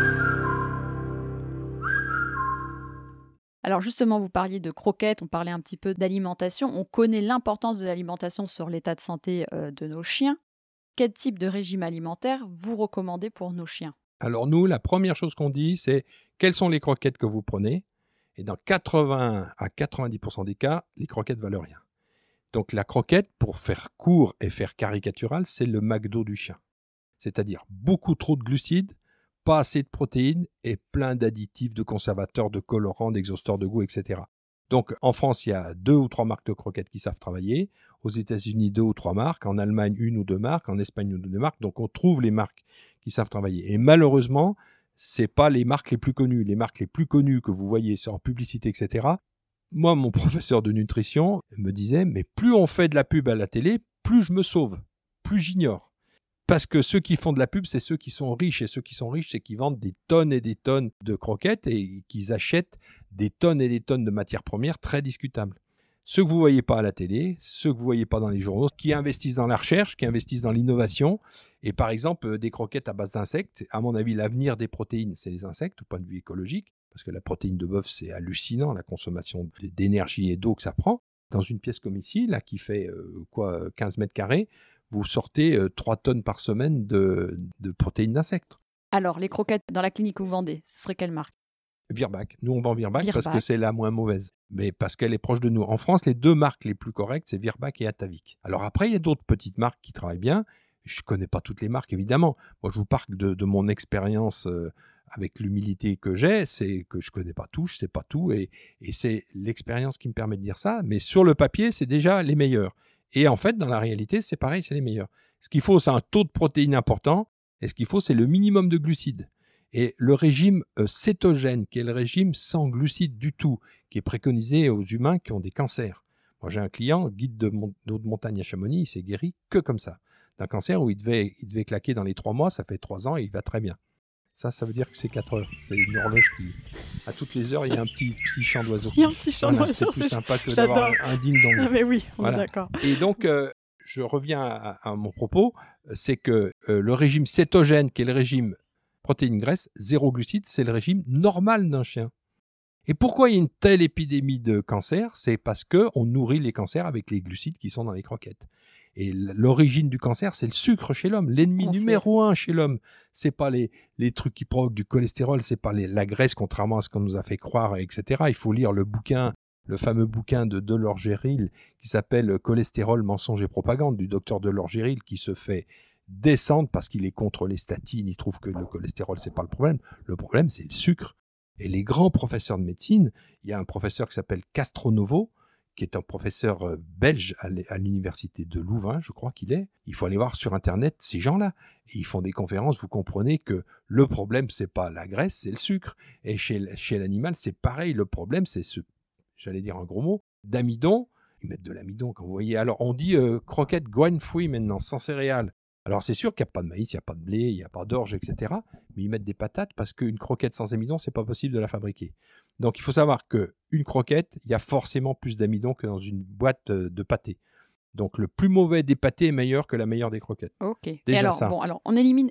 Alors justement, vous parliez de croquettes, on parlait un petit peu d'alimentation. On connaît l'importance de l'alimentation sur l'état de santé de nos chiens. Quel type de régime alimentaire vous recommandez pour nos chiens? Alors nous, la première chose qu'on dit, c'est quelles sont les croquettes que vous prenez? Et dans 80 à 90% des cas, les croquettes valent rien. Donc la croquette, pour faire court et faire caricatural, c'est le McDo du chien. C'est-à-dire beaucoup trop de glucides, pas assez de protéines et plein d'additifs, de conservateurs, de colorants, d'exhausteurs de goût, etc. Donc en France, il y a 2 ou 3 marques de croquettes qui savent travailler. Aux États-Unis, 2 ou 3 marques. En Allemagne, 1 ou 2 marques. En Espagne, 1 ou 2 marques. Donc on trouve les marques qui savent travailler. Et malheureusement, c'est pas les marques les plus connues. Les marques les plus connues que vous voyez en publicité, etc. Moi, mon professeur de nutrition me disait, mais plus on fait de la pub à la télé, plus je me sauve, plus j'ignore. Parce que ceux qui font de la pub, c'est ceux qui sont riches. Et ceux qui sont riches, c'est qu'ils vendent des tonnes et des tonnes de croquettes et qu'ils achètent des tonnes et des tonnes de matières premières très discutables. Ceux que vous ne voyez pas à la télé, ceux que vous ne voyez pas dans les journaux, qui investissent dans la recherche, qui investissent dans l'innovation. Et par exemple, des croquettes à base d'insectes, à mon avis, l'avenir des protéines, c'est les insectes, au point de vue écologique. Parce que la protéine de bœuf, c'est hallucinant, la consommation d'énergie et d'eau que ça prend. Dans une pièce comme ici, là, qui fait 15 mètres carrés, vous sortez 3 tonnes par semaine de protéines d'insectes. Alors, les croquettes dans la clinique que vous vendez, ce serait quelle marque? Virbac. Nous, on vend Virbac parce que c'est la moins mauvaise. Mais parce qu'elle est proche de nous. En France, les 2 marques les plus correctes, c'est Virbac et Atavik. Alors après, il y a d'autres petites marques qui travaillent bien. Je ne connais pas toutes les marques, évidemment. Moi, je vous parle de mon expérience avec l'humilité que j'ai. C'est que je ne connais pas tout, je ne sais pas tout. Et c'est l'expérience qui me permet de dire ça. Mais sur le papier, c'est déjà les meilleurs. Et en fait, dans la réalité, c'est pareil, c'est les meilleurs. Ce qu'il faut, c'est un taux de protéines important. Et ce qu'il faut, c'est le minimum de glucides. Et le régime cétogène, qui est le régime sans glucides du tout, qui est préconisé aux humains qui ont des cancers. Moi, j'ai un client, guide de haute montagne à Chamonix, il s'est guéri que comme ça. D'un cancer où il devait claquer dans les 3 mois, ça fait 3 ans et il va très bien. Ça veut dire que c'est 4 heures. C'est une horloge qui, à toutes les heures, il y a un petit chant d'oiseau. Il y a un petit chant d'oiseau. C'est plus sympa que d'avoir un ding-dong. Ah mais oui, on est d'accord. Et donc, je reviens à mon propos, c'est que le régime cétogène, qui est le régime protéines graisses, 0 glucides, c'est le régime normal d'un chien. Et pourquoi il y a une telle épidémie de cancer? C'est parce qu'on nourrit les cancers avec les glucides qui sont dans les croquettes. Et l'origine du cancer, c'est le sucre chez l'homme. L'ennemi numéro 1 chez l'homme, c'est pas les trucs qui provoquent du cholestérol, c'est pas la graisse, contrairement à ce qu'on nous a fait croire, etc. Il faut lire le bouquin le fameux bouquin de Delors-Géril qui s'appelle « Cholestérol, mensonge et propagande » du docteur Delors-Géril qui se fait descendre parce qu'il est contre les statines, il trouve que le cholestérol, c'est pas le problème, c'est le sucre. Et les grands professeurs de médecine, il y a un professeur qui s'appelle Castronovo, qui est un professeur belge à l'université de Louvain, je crois qu'il est. Il faut aller voir sur Internet ces gens-là. Et ils font des conférences, vous comprenez que le problème, c'est pas la graisse, c'est le sucre. Et chez l'animal, c'est pareil. Le problème, c'est j'allais dire un gros mot, d'amidon. Ils mettent de l'amidon, quand vous voyez. Alors, on dit croquettes grain-free maintenant, sans céréales. Alors, c'est sûr qu'il n'y a pas de maïs, il n'y a pas de blé, il n'y a pas d'orge, etc. Mais ils mettent des patates parce qu'une croquette sans amidon, c'est pas possible de la fabriquer. Donc, il faut savoir qu'une croquette, il y a forcément plus d'amidon que dans une boîte de pâté. Donc, le plus mauvais des pâtés est meilleur que la meilleure des croquettes. Ok. Déjà et alors, ça. bon, alors, on élimine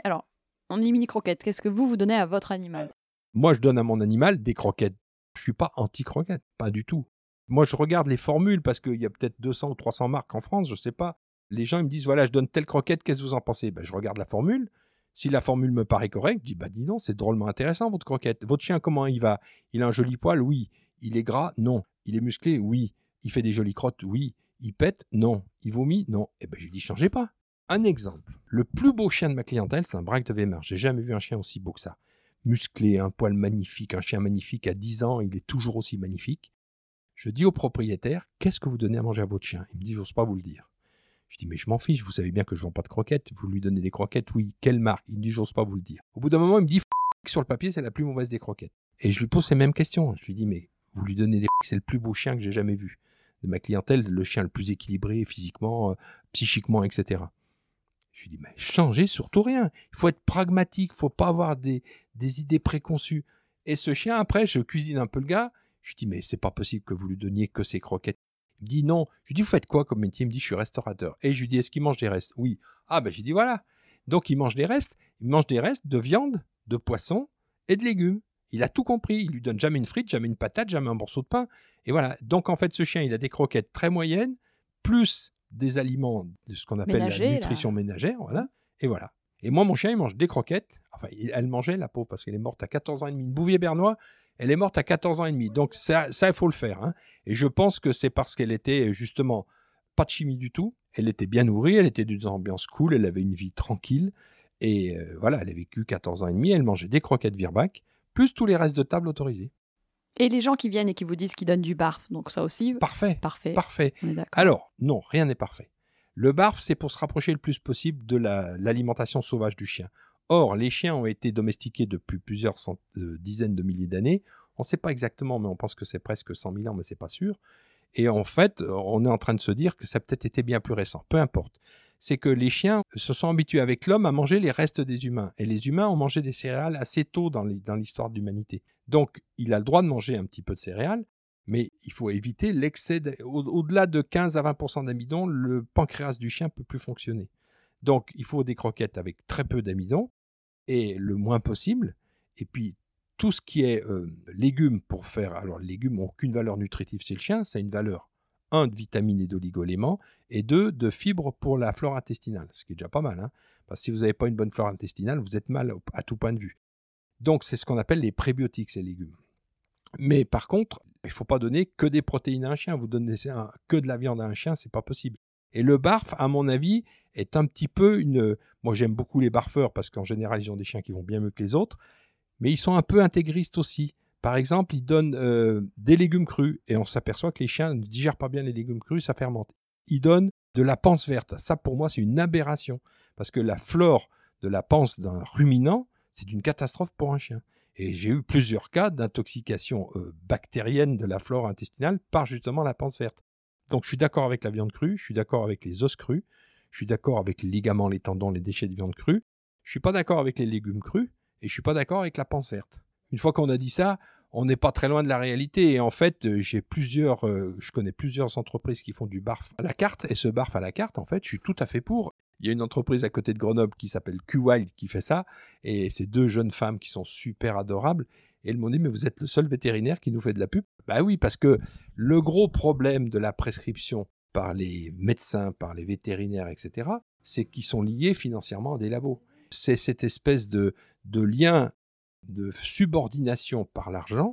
les croquettes. Qu'est-ce que vous donnez à votre animal? Moi, je donne à mon animal des croquettes. Je ne suis pas anti-croquettes, pas du tout. Moi, je regarde les formules parce qu'il y a peut-être 200 ou 300 marques en France, je ne sais pas. Les gens ils me disent, voilà, je donne telle croquette, qu'est-ce que vous en pensez? Je regarde la formule. Si la formule me paraît correcte, je dis, dis donc, c'est drôlement intéressant, votre croquette. Votre chien, comment il va? Il a un joli poil? Oui. Il est gras? Non. Il est musclé? Oui. Il fait des jolies crottes? Oui. Il pète? Non. Il vomit? Non. Je lui dis, changez pas. Un exemple. Le plus beau chien de ma clientèle, c'est un Braque de Weimar. J'ai jamais vu un chien aussi beau que ça. Musclé, un poil magnifique, un chien magnifique à 10 ans, il est toujours aussi magnifique. Je dis au propriétaire, qu'est-ce que vous donnez à manger à votre chien? Il me dit, j'ose pas vous le dire. Je dis, mais je m'en fiche, vous savez bien que je vends pas de croquettes. Vous lui donnez des croquettes? Oui. Quelle marque? Il me dit, j'ose pas vous le dire. Au bout d'un moment, il me dit, sur le papier, c'est la plus mauvaise des croquettes. Et je lui pose ces mêmes questions. Je lui dis, mais vous lui donnez des c'est le plus beau chien que j'ai jamais vu. De ma clientèle, le chien le plus équilibré physiquement, psychiquement, etc. Je lui dis, mais changez surtout rien. Il faut être pragmatique, il faut pas avoir des idées préconçues. Et ce chien, après, je cuisine un peu le gars. Je lui dis, mais c'est pas possible que vous lui donniez que ces croquettes. Il me dit non. Je lui dis, vous faites quoi comme métier? Il me dit, je suis restaurateur. Et je lui dis, est-ce qu'il mange des restes? Oui. J'ai dit, voilà. Donc, il mange des restes. Il mange des restes de viande, de poisson et de légumes. Il a tout compris. Il lui donne jamais une frite, jamais une patate, jamais un morceau de pain. Et voilà. Donc, en fait, ce chien, il a des croquettes très moyennes, plus des aliments de ce qu'on appelle la nutrition ménagère. Voilà. Et voilà. Et moi, mon chien, il mange des croquettes. Enfin, elle mangeait, la peau, parce qu'elle est morte à 14 ans et demi. Une Bouvier bernois, elle est morte à 14 ans et demi. Donc, ça il faut le faire. Hein. Et je pense que c'est parce qu'elle était, justement, pas de chimie du tout. Elle était bien nourrie, elle était d'une ambiance cool, elle avait une vie tranquille. Et voilà, elle a vécu 14 ans et demi. Elle mangeait des croquettes Virbac, plus tous les restes de table autorisés. Et les gens qui viennent et qui vous disent qu'ils donnent du barf, donc ça aussi... Parfait. On est d'accord. Alors, non, rien n'est parfait. Le barf, c'est pour se rapprocher le plus possible de l'alimentation sauvage du chien. Or, les chiens ont été domestiqués depuis plusieurs dizaines de milliers d'années. On ne sait pas exactement, mais on pense que c'est presque 100 000 ans, mais ce n'est pas sûr. Et en fait, on est en train de se dire que ça a peut-être été bien plus récent. Peu importe. C'est que les chiens se sont habitués avec l'homme à manger les restes des humains. Et les humains ont mangé des céréales assez tôt dans l'histoire de l'humanité. Donc, il a le droit de manger un petit peu de céréales, mais il faut éviter l'excès. Au-delà de 15 à 20% d'amidon, le pancréas du chien ne peut plus fonctionner. Donc, il faut des croquettes avec très peu d'amidon et le moins possible. Et puis, tout ce qui est légumes pour faire... Alors, les légumes n'ont aucune valeur nutritive chez le chien. Ça a une valeur, 1, de vitamines et d'oligo-éléments, et 2, de fibres pour la flore intestinale, ce qui est déjà pas mal. Hein, parce que si vous n'avez pas une bonne flore intestinale, vous êtes mal à tout point de vue. Donc, c'est ce qu'on appelle les prébiotiques, ces légumes. Mais par contre, il ne faut pas donner que des protéines à un chien. Vous donnez que de la viande à un chien, c'est pas possible. Et le barf, à mon avis, est un petit peu une... Moi, j'aime beaucoup les barfeurs parce qu'en général, ils ont des chiens qui vont bien mieux que les autres. Mais ils sont un peu intégristes aussi. Par exemple, ils donnent des légumes crus. Et on s'aperçoit que les chiens ne digèrent pas bien les légumes crus, ça fermente. Ils donnent de la panse verte. Ça, pour moi, c'est une aberration. Parce que la flore de la panse d'un ruminant, c'est une catastrophe pour un chien. Et j'ai eu plusieurs cas d'intoxication bactérienne de la flore intestinale par justement la panse verte. Donc je suis d'accord avec la viande crue, je suis d'accord avec les os crus, je suis d'accord avec les ligaments, les tendons, les déchets de viande crue, je suis pas d'accord avec les légumes crus et je suis pas d'accord avec la panse verte. Une fois qu'on a dit ça, on n'est pas très loin de la réalité. Et en fait, je connais plusieurs entreprises qui font du barf à la carte. Et ce barf à la carte, en fait, je suis tout à fait pour. Il y a une entreprise à côté de Grenoble qui s'appelle Q-Wild qui fait ça. Et c'est 2 jeunes femmes qui sont super adorables. Et elles m'ont dit, mais vous êtes le seul vétérinaire qui nous fait de la pub. Bah oui, parce que le gros problème de la prescription par les médecins, par les vétérinaires, etc., c'est qu'ils sont liés financièrement à des labos. C'est cette espèce de lien de subordination par l'argent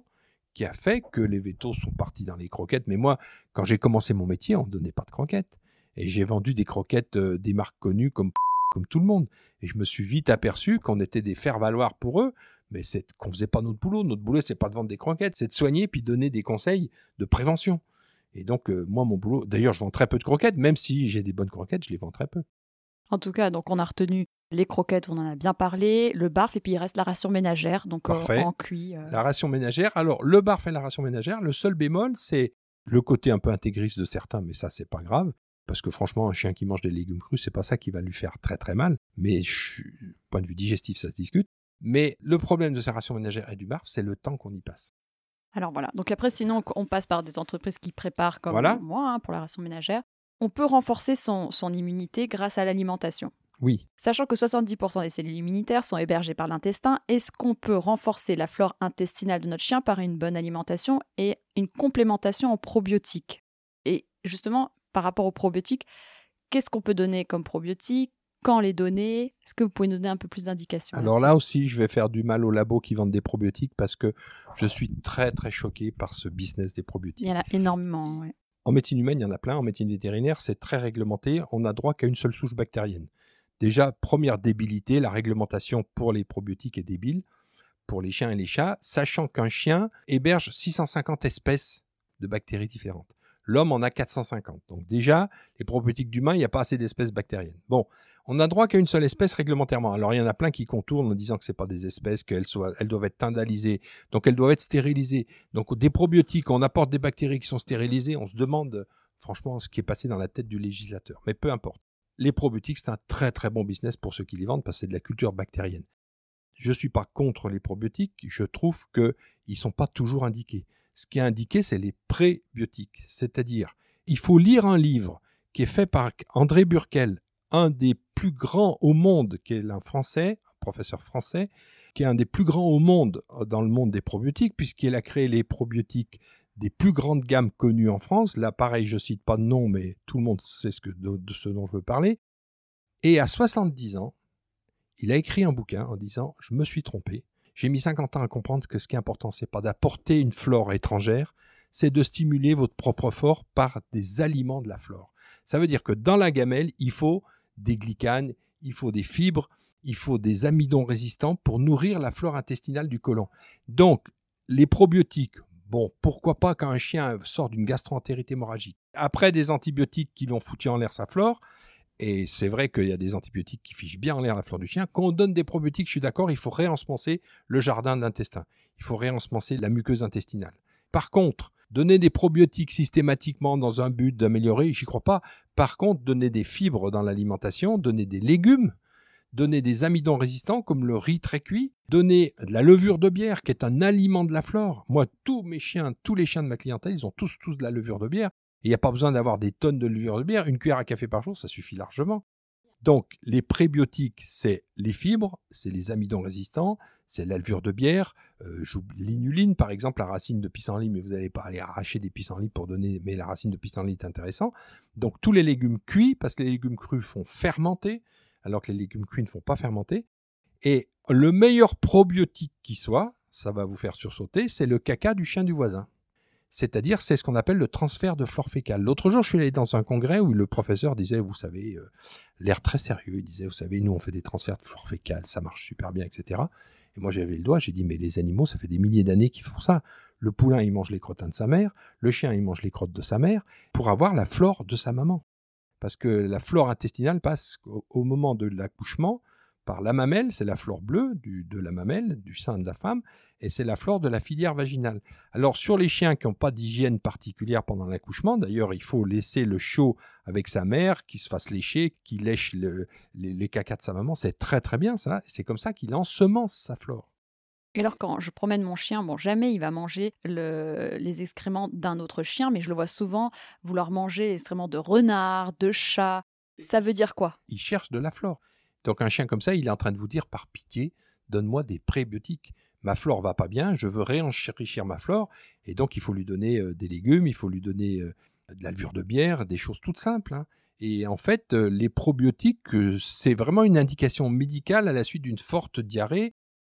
qui a fait que les vétos sont partis dans les croquettes. Mais moi, quand j'ai commencé mon métier, on ne donnait pas de croquettes. Et j'ai vendu des croquettes des marques connues comme tout le monde. Et je me suis vite aperçu qu'on était des faire-valoir pour eux, mais qu'on ne faisait pas notre boulot. Notre boulot, c'est pas de vendre des croquettes, c'est de soigner puis donner des conseils de prévention. Et donc, moi, mon boulot... D'ailleurs, je vends très peu de croquettes, même si j'ai des bonnes croquettes, je les vends très peu. En tout cas, donc on a retenu les croquettes, on en a bien parlé, le barf, et puis il reste la ration ménagère, donc en cuit. La ration ménagère. Alors, le barf et la ration ménagère, le seul bémol, c'est le côté un peu intégriste de certains, mais ça, c'est pas grave. Parce que franchement, un chien qui mange des légumes crus, c'est pas ça qui va lui faire très très mal. Mais point de vue digestif, ça se discute. Mais le problème de sa ration ménagère et du barf, c'est le temps qu'on y passe. Alors voilà. Donc après, sinon, on passe par des entreprises qui préparent comme moi pour la ration ménagère. On peut renforcer son immunité grâce à l'alimentation. Oui. Sachant que 70% des cellules immunitaires sont hébergées par l'intestin, est-ce qu'on peut renforcer la flore intestinale de notre chien par une bonne alimentation et une complémentation en probiotiques? Et justement, par rapport aux probiotiques, qu'est-ce qu'on peut donner comme probiotiques? Quand les donner? Est-ce que vous pouvez nous donner un peu plus d'indications? Alors là aussi, je vais faire du mal aux labos qui vendent des probiotiques parce que je suis très très choqué par ce business des probiotiques. Il y en a énormément, oui. En médecine humaine, il y en a plein. En médecine vétérinaire, c'est très réglementé. On n'a droit qu'à une seule souche bactérienne. Déjà, première débilité, la réglementation pour les probiotiques est débile, pour les chiens et les chats, sachant qu'un chien héberge 650 espèces de bactéries différentes. L'homme en a 450. Donc déjà, les probiotiques d'humains, il n'y a pas assez d'espèces bactériennes. Bon, on n'a droit qu'à une seule espèce réglementairement. Alors il y en a plein qui contournent en disant que ce n'est pas des espèces, elles doivent être tindalisées, donc elles doivent être stérilisées. Donc des probiotiques, on apporte des bactéries qui sont stérilisées, on se demande franchement ce qui est passé dans la tête du législateur. Mais peu importe. Les probiotiques, c'est un très très bon business pour ceux qui les vendent parce que c'est de la culture bactérienne. Je ne suis pas contre les probiotiques, je trouve qu'ils ne sont pas toujours indiqués. Ce qui est indiqué, c'est les prébiotiques. C'est-à-dire, il faut lire un livre qui est fait par André Burkel, un des plus grands au monde, qui est un Français, un professeur français, qui est un des plus grands au monde dans le monde des probiotiques, puisqu'il a créé les probiotiques des plus grandes gammes connues en France. Là, pareil, je ne cite pas de nom, mais tout le monde sait de ce dont je veux parler. Et à 70 ans, il a écrit un bouquin en disant « Je me suis trompé. J'ai mis 50 ans à comprendre que ce qui est important, ce n'est pas d'apporter une flore étrangère, c'est de stimuler votre propre flore par des aliments de la flore. » Ça veut dire que dans la gamelle, il faut des glycanes, il faut des fibres, il faut des amidons résistants pour nourrir la flore intestinale du côlon. Donc, les probiotiques, bon, pourquoi pas quand un chien sort d'une gastro-entérite hémorragique. Après des antibiotiques qui l'ont foutu en l'air sa flore, et c'est vrai qu'il y a des antibiotiques qui fichent bien en l'air la flore du chien. Quand on donne des probiotiques, je suis d'accord, il faut réensemencer le jardin de l'intestin. Il faut réensemencer la muqueuse intestinale. Par contre, donner des probiotiques systématiquement dans un but d'améliorer, j'y crois pas. Par contre, donner des fibres dans l'alimentation, donner des légumes, donner des amidons résistants comme le riz très cuit, donner de la levure de bière qui est un aliment de la flore. Moi, tous les chiens de ma clientèle, ils ont tous de la levure de bière. Il n'y a pas besoin d'avoir des tonnes de levure de bière. Une cuillère à café par jour, ça suffit largement. Donc, les prébiotiques, c'est les fibres, c'est les amidons résistants, c'est la levure de bière, l'inuline, par exemple, la racine de pissenlit, mais vous n'allez pas aller arracher des pissenlits pour donner, mais la racine de pissenlit est intéressant. Donc, tous les légumes cuits, parce que les légumes crus font fermenter, alors que les légumes cuits ne font pas fermenter. Et le meilleur probiotique qui soit, ça va vous faire sursauter, c'est le caca du chien du voisin. C'est-à-dire, c'est ce qu'on appelle le transfert de flore fécale. L'autre jour, je suis allé dans un congrès où le professeur disait, vous savez, l'air très sérieux, il disait, vous savez, nous, on fait des transferts de flore fécale, ça marche super bien, etc. Et moi, j'avais le doigt, j'ai dit, mais les animaux, ça fait des milliers d'années qu'ils font ça. Le poulain, il mange les crottins de sa mère, le chien, il mange les crottes de sa mère, pour avoir la flore de sa maman. Parce que la flore intestinale passe au moment de l'accouchement par la mamelle, c'est la flore bleue de la mamelle, du sein de la femme, et c'est la flore de la filière vaginale. Alors sur les chiens qui n'ont pas d'hygiène particulière pendant l'accouchement, d'ailleurs il faut laisser le chiot avec sa mère, qui se fasse lécher, qui lèche les cacas de sa maman, c'est très très bien ça, c'est comme ça qu'il ensemence sa flore. Et alors quand je promène mon chien, bon jamais il va manger les excréments d'un autre chien, mais je le vois souvent vouloir manger les excréments de renard, de chat. Ça veut dire quoi? Il cherche de la flore. Donc un chien comme ça, il est en train de vous dire, par pitié, donne-moi des prébiotiques. Ma flore va pas bien, je veux réenrichir ma flore, et donc il faut lui donner des légumes, il faut lui donner de la levure de bière, des choses toutes simples. Hein. Et en fait, les probiotiques, c'est vraiment une indication médicale à la suite d'une forte diarrhée.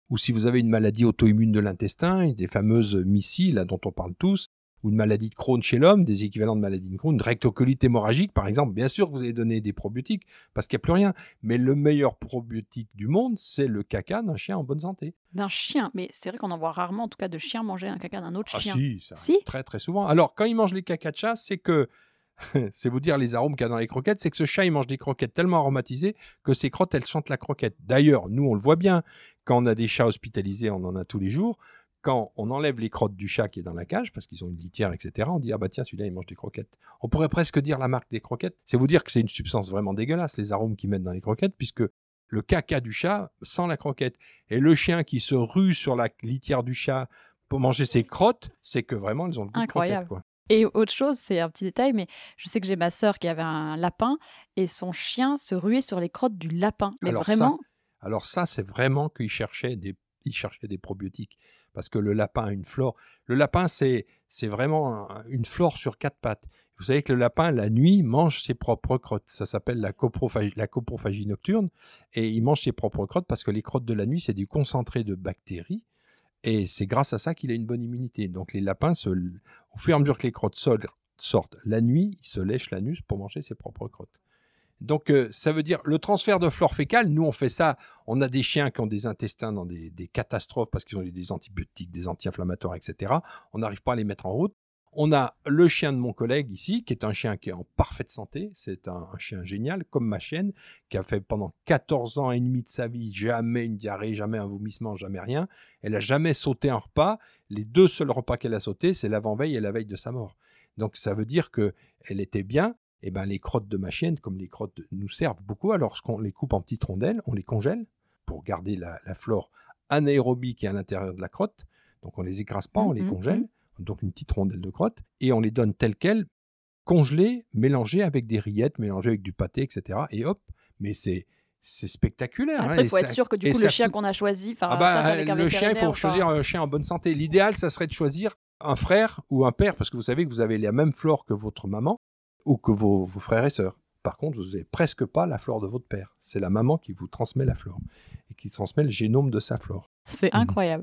ou si vous avez une maladie auto-immune de l'intestin, des fameuses MICI, là, dont on parle tous, ou une maladie de Crohn chez l'homme, des équivalents de maladie de Crohn, une rectocolite hémorragique, par exemple, bien sûr que vous allez donner des probiotiques, parce qu'il n'y a plus rien. Mais le meilleur probiotique du monde, c'est le caca d'un chien en bonne santé. D'un chien, mais c'est vrai qu'on en voit rarement, en tout cas, de chiens manger un caca d'un autre chien. Si, ça arrive très très souvent. Alors, quand ils mangent les cacas de chat, c'est que, c'est vous dire les arômes qu'il y a dans les croquettes, c'est que ce chat, il mange des croquettes tellement aromatisées que ses crottes, elles sentent la croquette. D'ailleurs, nous, on le voit bien, quand on a des chats hospitalisés, on en a tous les jours, quand on enlève les crottes du chat qui est dans la cage, parce qu'ils ont une litière, etc., on dit « Ah bah tiens, celui-là, il mange des croquettes ». On pourrait presque dire la marque des croquettes. C'est vous dire que c'est une substance vraiment dégueulasse, les arômes qu'ils mettent dans les croquettes, puisque le caca du chat sent la croquette. Et le chien qui se rue sur la litière du chat pour manger ses crottes, c'est que vraiment, ils ont le goût de croquettes, quoi. Et autre chose, c'est un petit détail, mais je sais que j'ai ma sœur qui avait un lapin et son chien se ruait sur les crottes du lapin. Mais vraiment... Alors ça, c'est vraiment qu'il cherchait des probiotiques. Parce que le lapin a une flore. Le lapin, c'est vraiment une flore sur 4 pattes. Vous savez que le lapin, la nuit, mange ses propres crottes. Ça s'appelle la coprophagie nocturne. Et il mange ses propres crottes parce que les crottes de la nuit, c'est du concentré de bactéries. Et c'est grâce à ça qu'il a une bonne immunité. Donc les lapins, au fur et à mesure que les crottes sortent la nuit, ils se lèchent l'anus pour manger ses propres crottes. Donc ça veut dire le transfert de flore fécale, nous on fait ça, on a des chiens qui ont des intestins dans des catastrophes parce qu'ils ont eu des antibiotiques, des anti-inflammatoires, etc. On n'arrive pas à les mettre en route. On a le chien de mon collègue ici, qui est un chien qui est en parfaite santé, c'est un chien génial, comme ma chienne, qui a fait pendant 14 ans et demi de sa vie, jamais une diarrhée, jamais un vomissement, jamais rien. Elle n'a jamais sauté un repas. Les 2 seuls repas qu'elle a sautés, c'est l'avant-veille et la veille de sa mort. Donc ça veut dire qu'elle était bien. Et ben les crottes de ma chienne, comme les crottes nous servent beaucoup, alors qu'on les coupe en petites rondelles, on les congèle pour garder la flore anaérobie qui est à l'intérieur de la crotte. Donc on les écrase pas, on les congèle, donc une petite rondelle de crotte, et on les donne telles quelles, congelées, mélangées avec des rillettes, mélangées avec du pâté, etc. Et hop, mais c'est spectaculaire. Après, il faut être sûr que du coup, le chien qu'on a choisi, ça, c'est avec un le chien, il faut vétérinaire, choisir un chien en bonne santé. L'idéal, ça serait de choisir un frère ou un père, parce que vous savez que vous avez la même flore que votre maman, ou que vos frères et sœurs. Par contre, vous n'avez presque pas la flore de votre père. C'est la maman qui vous transmet la flore et qui transmet le génome de sa flore. C'est incroyable.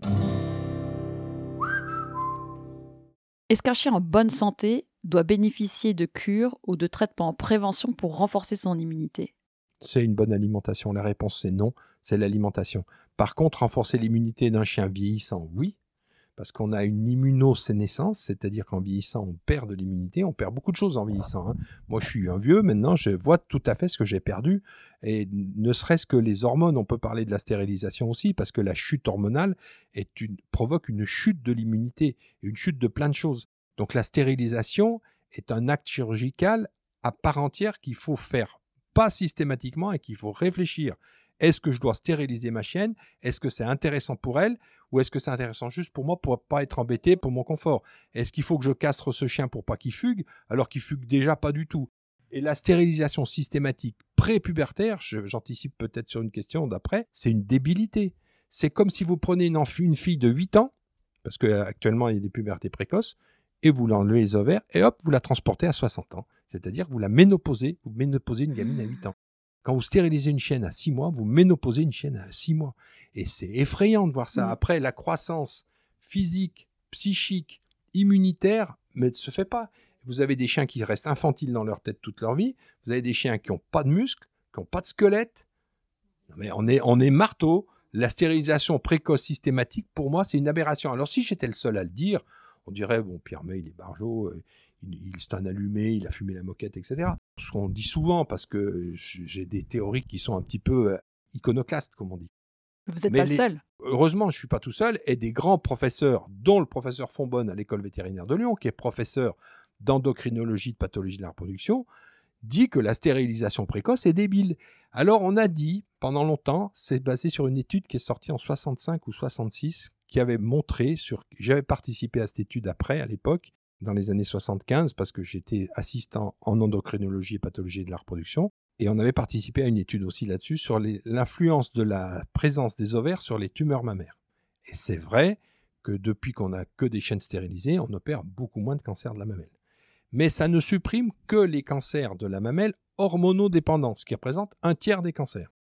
Est-ce qu'un chien en bonne santé doit bénéficier de cures ou de traitements en prévention pour renforcer son immunité ? C'est une bonne alimentation. La réponse, c'est non, c'est l'alimentation. Par contre, renforcer l'immunité d'un chien vieillissant, oui, parce qu'on a une immunosénescence, c'est-à-dire qu'en vieillissant, on perd de l'immunité, on perd beaucoup de choses en vieillissant. Hein. Moi, je suis un vieux, maintenant, je vois tout à fait ce que j'ai perdu, et ne serait-ce que les hormones, on peut parler de la stérilisation aussi, parce que la chute hormonale provoque une chute de l'immunité, et une chute de plein de choses. Donc la stérilisation est un acte chirurgical à part entière qu'il faut faire, pas systématiquement, et qu'il faut réfléchir. Est-ce que je dois stériliser ma chienne ? Est-ce que c'est intéressant pour elle ? Ou est-ce que c'est intéressant juste pour moi pour ne pas être embêté pour mon confort ? Est-ce qu'il faut que je castre ce chien pour pas qu'il fugue alors qu'il fugue déjà pas du tout ? Et la stérilisation systématique pré-pubertaire, j'anticipe peut-être sur une question d'après, c'est une débilité. C'est comme si vous prenez une fille de 8 ans, parce qu'actuellement il y a des pubertés précoces, et vous l'enlevez les ovaires, et hop, vous la transportez à 60 ans. C'est-à-dire que vous ménopausez une gamine à 8 ans. Quand vous stérilisez une chienne à 6 mois, vous ménopausez une chienne à 6 mois. Et c'est effrayant de voir ça. Après, la croissance physique, psychique, immunitaire ne se fait pas. Vous avez des chiens qui restent infantiles dans leur tête toute leur vie. Vous avez des chiens qui n'ont pas de muscles, qui n'ont pas de squelette. Non, mais on est marteau. La stérilisation précoce systématique, pour moi, c'est une aberration. Alors, si j'étais le seul à le dire, on dirait, bon, Pierre May, il est barjot, c'est un allumé, il a fumé la moquette, etc. Ce qu'on dit souvent, parce que j'ai des théories qui sont un petit peu iconoclastes, comme on dit. Vous n'êtes pas le seul. Heureusement, je ne suis pas tout seul, et des grands professeurs, dont le professeur Fonbonne à l'école vétérinaire de Lyon, qui est professeur d'endocrinologie de pathologie de la reproduction, dit que la stérilisation précoce est débile. Alors on a dit, pendant longtemps, c'est basé sur une étude qui est sortie en 65 ou 66, qui avait montré, j'avais participé à cette étude après, à l'époque, dans les années 75, parce que j'étais assistant en endocrinologie et pathologie de la reproduction, et on avait participé à une étude aussi là-dessus sur l'influence de la présence des ovaires sur les tumeurs mammaires. Et c'est vrai que depuis qu'on n'a que des chiennes stérilisées, on opère beaucoup moins de cancers de la mamelle. Mais ça ne supprime que les cancers de la mamelle hormonodépendants, ce qui représente un tiers des cancers.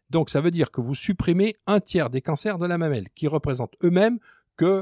Donc, ça veut dire que vous supprimez un tiers des cancers de la mamelle, qui représentent eux-mêmes que,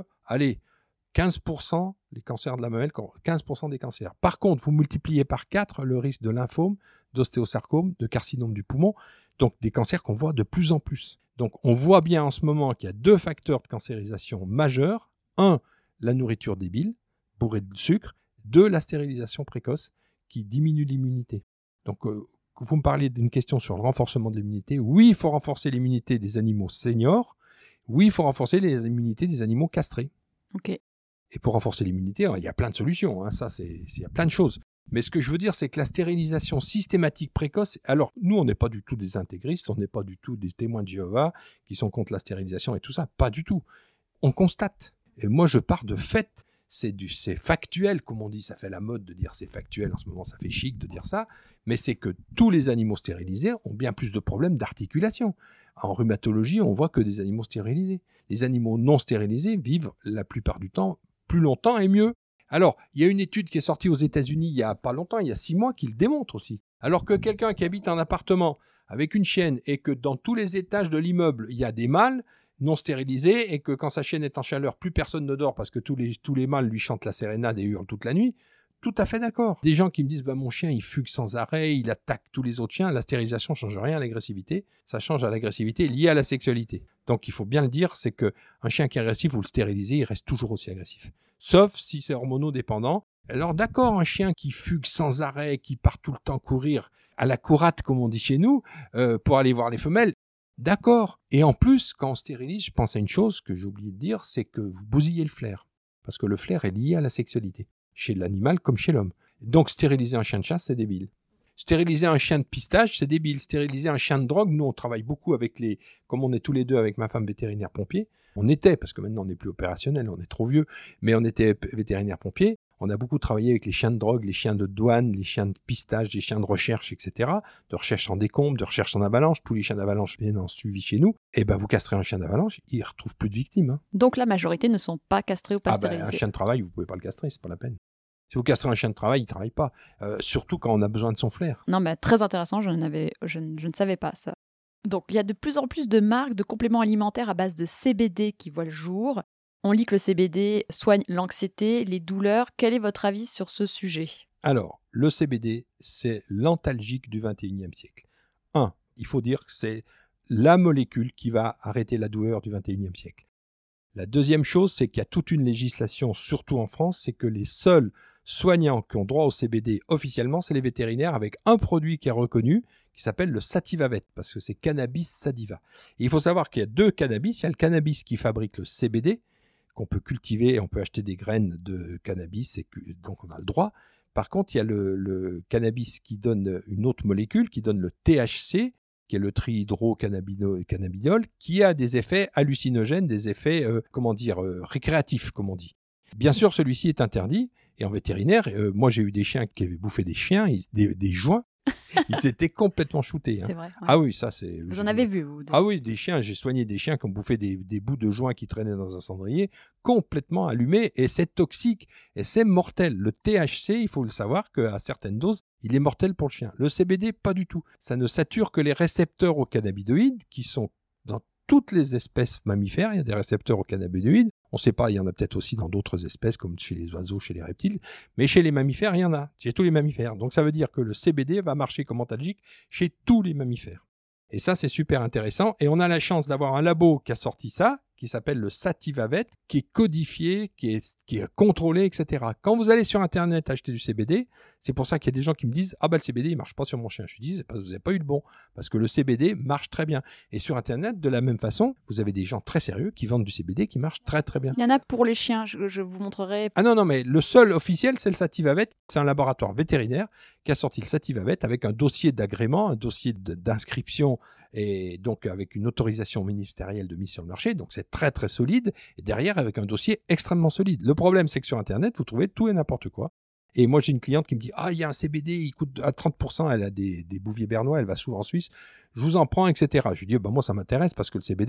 15% les cancers de la mamelle, 15% des cancers. Par contre, vous multipliez par 4 le risque de lymphome, d'ostéosarcome, de carcinome du poumon, donc des cancers qu'on voit de plus en plus. Donc, on voit bien en ce moment qu'il y a 2 facteurs de cancérisation majeurs. 1, la nourriture débile, bourrée de sucre. 2, la stérilisation précoce, qui diminue l'immunité. Donc, vous me parlez d'une question sur le renforcement de l'immunité. Oui, il faut renforcer l'immunité des animaux seniors. Oui, il faut renforcer l'immunité des animaux castrés. Ok. Et pour renforcer l'immunité, il y a plein de solutions. Il y a plein de choses. Mais ce que je veux dire, c'est que la stérilisation systématique précoce... Alors, nous, on n'est pas du tout des intégristes, on n'est pas du tout des témoins de Jéhovah qui sont contre la stérilisation et tout ça. Pas du tout. On constate. Et moi, je pars de fait. C'est factuel, comme on dit. Ça fait la mode de dire c'est factuel. En ce moment, ça fait chic de dire ça. Mais c'est que tous les animaux stérilisés ont bien plus de problèmes d'articulation. En rhumatologie, on voit que des animaux stérilisés. Les animaux non stérilisés vivent la plupart du temps plus longtemps et mieux. Alors, il y a une étude qui est sortie aux États-Unis il n'y a pas longtemps, il y a 6 mois, qui le démontre aussi. Alors que quelqu'un qui habite un appartement avec une chienne et que dans tous les étages de l'immeuble, il y a des mâles non stérilisés et que quand sa chienne est en chaleur, plus personne ne dort parce que tous les mâles lui chantent la sérénade et hurlent toute la nuit, tout à fait d'accord. Des gens qui me disent mon chien il fugue sans arrêt, il attaque tous les autres chiens, la stérilisation ne change rien à l'agressivité, ça change à l'agressivité liée à la sexualité. Donc il faut bien le dire, c'est qu'un chien qui est agressif, vous le stérilisez, il reste toujours aussi agressif. Sauf si c'est hormonodépendant. Alors d'accord, un chien qui fugue sans arrêt, qui part tout le temps courir à la courate comme on dit chez nous, pour aller voir les femelles, d'accord. Et en plus, quand on stérilise, je pense à une chose que j'ai oublié de dire, c'est que vous bousillez le flair. Parce que le flair est lié à la sexualité. Chez l'animal comme chez l'homme. Donc, stériliser un chien de chasse, c'est débile. Stériliser un chien de pistage, c'est débile. Stériliser un chien de drogue, nous, on travaille beaucoup avec comme on est tous les deux avec ma femme vétérinaire pompier, on était, parce que maintenant, on n'est plus opérationnel, on est trop vieux, mais on était vétérinaire pompier, on a beaucoup travaillé avec les chiens de drogue, les chiens de douane, les chiens de pistage, les chiens de recherche, etc., de recherche en décombres, de recherche en avalanche, tous les chiens d'avalanche viennent en suivi chez nous, et vous castrez un chien d'avalanche, il ne retrouve plus de victimes. Donc, la majorité ne sont pas castrés ou pas stérilisés. Un chien de travail, vous ne pouvez pas le castrer, c'est pas la peine. Si vous castrez un chien de travail, il ne travaille pas. Surtout quand on a besoin de son flair. Non, mais très intéressant, je ne savais pas ça. Donc, il y a de plus en plus de marques de compléments alimentaires à base de CBD qui voient le jour. On lit que le CBD soigne l'anxiété, les douleurs. Quel est votre avis sur ce sujet ? Alors, le CBD, c'est l'antalgique du 21e siècle. Il faut dire que c'est la molécule qui va arrêter la douleur du 21e siècle. La deuxième chose, c'est qu'il y a toute une législation, surtout en France, c'est que les seuls soignants qui ont droit au CBD officiellement, c'est les vétérinaires avec un produit qui est reconnu, qui s'appelle le Sativavet, parce que c'est cannabis sativa. Et il faut savoir qu'il y a 2 cannabis. Il y a le cannabis qui fabrique le CBD, qu'on peut cultiver, on peut acheter des graines de cannabis, et donc on a le droit. Par contre, il y a le cannabis qui donne une autre molécule, qui donne le THC, qui est le trihydrocannabinol, qui a des effets hallucinogènes, des effets, récréatifs, comme on dit. Bien sûr, celui-ci est interdit, et en vétérinaire, moi j'ai eu des chiens qui avaient bouffé des chiens, des joints, ils étaient complètement shootés. C'est vrai. Ouais. Ah oui, ça c'est... Vous en avez vu, vous ? Ah oui, des chiens, j'ai soigné des chiens qui ont bouffé des bouts de joints qui traînaient dans un cendrier, complètement allumés, et c'est toxique, et c'est mortel. Le THC, il faut le savoir qu'à certaines doses, il est mortel pour le chien. Le CBD, pas du tout. Ça ne sature que les récepteurs aux cannabinoïdes, qui sont dans toutes les espèces mammifères, il y a des récepteurs aux cannabinoïdes. On ne sait pas, il y en a peut-être aussi dans d'autres espèces, comme chez les oiseaux, chez les reptiles. Mais chez les mammifères, il y en a. Chez tous les mammifères. Donc ça veut dire que le CBD va marcher comme antalgique chez tous les mammifères. Et ça, c'est super intéressant. Et on a la chance d'avoir un labo qui a sorti ça, qui s'appelle le Sativavet, qui est codifié, qui est contrôlé, etc. Quand vous allez sur Internet acheter du CBD, c'est pour ça qu'il y a des gens qui me disent « Ah le CBD, il marche pas sur mon chien ». Je dis « Vous n'avez pas eu le bon ». Parce que le CBD marche très bien. Et sur Internet, de la même façon, vous avez des gens très sérieux qui vendent du CBD qui marche très très bien. Il y en a pour les chiens, je vous montrerai. Ah non, mais le seul officiel, c'est le Sativavet. C'est un laboratoire vétérinaire qui a sorti le Sativavet avec un dossier d'agrément, un dossier d'inscription et donc avec une autorisation ministérielle de mise sur le marché. Donc c'est très très solide, et derrière avec un dossier extrêmement solide. Le problème, c'est que sur Internet, vous trouvez tout et n'importe quoi. Et moi, j'ai une cliente qui me dit « Ah, il y a un CBD, il coûte à 30%, elle a des bouviers bernois, elle va souvent en Suisse, je vous en prends, etc. » Je lui dis « Moi, ça m'intéresse parce que le CBD,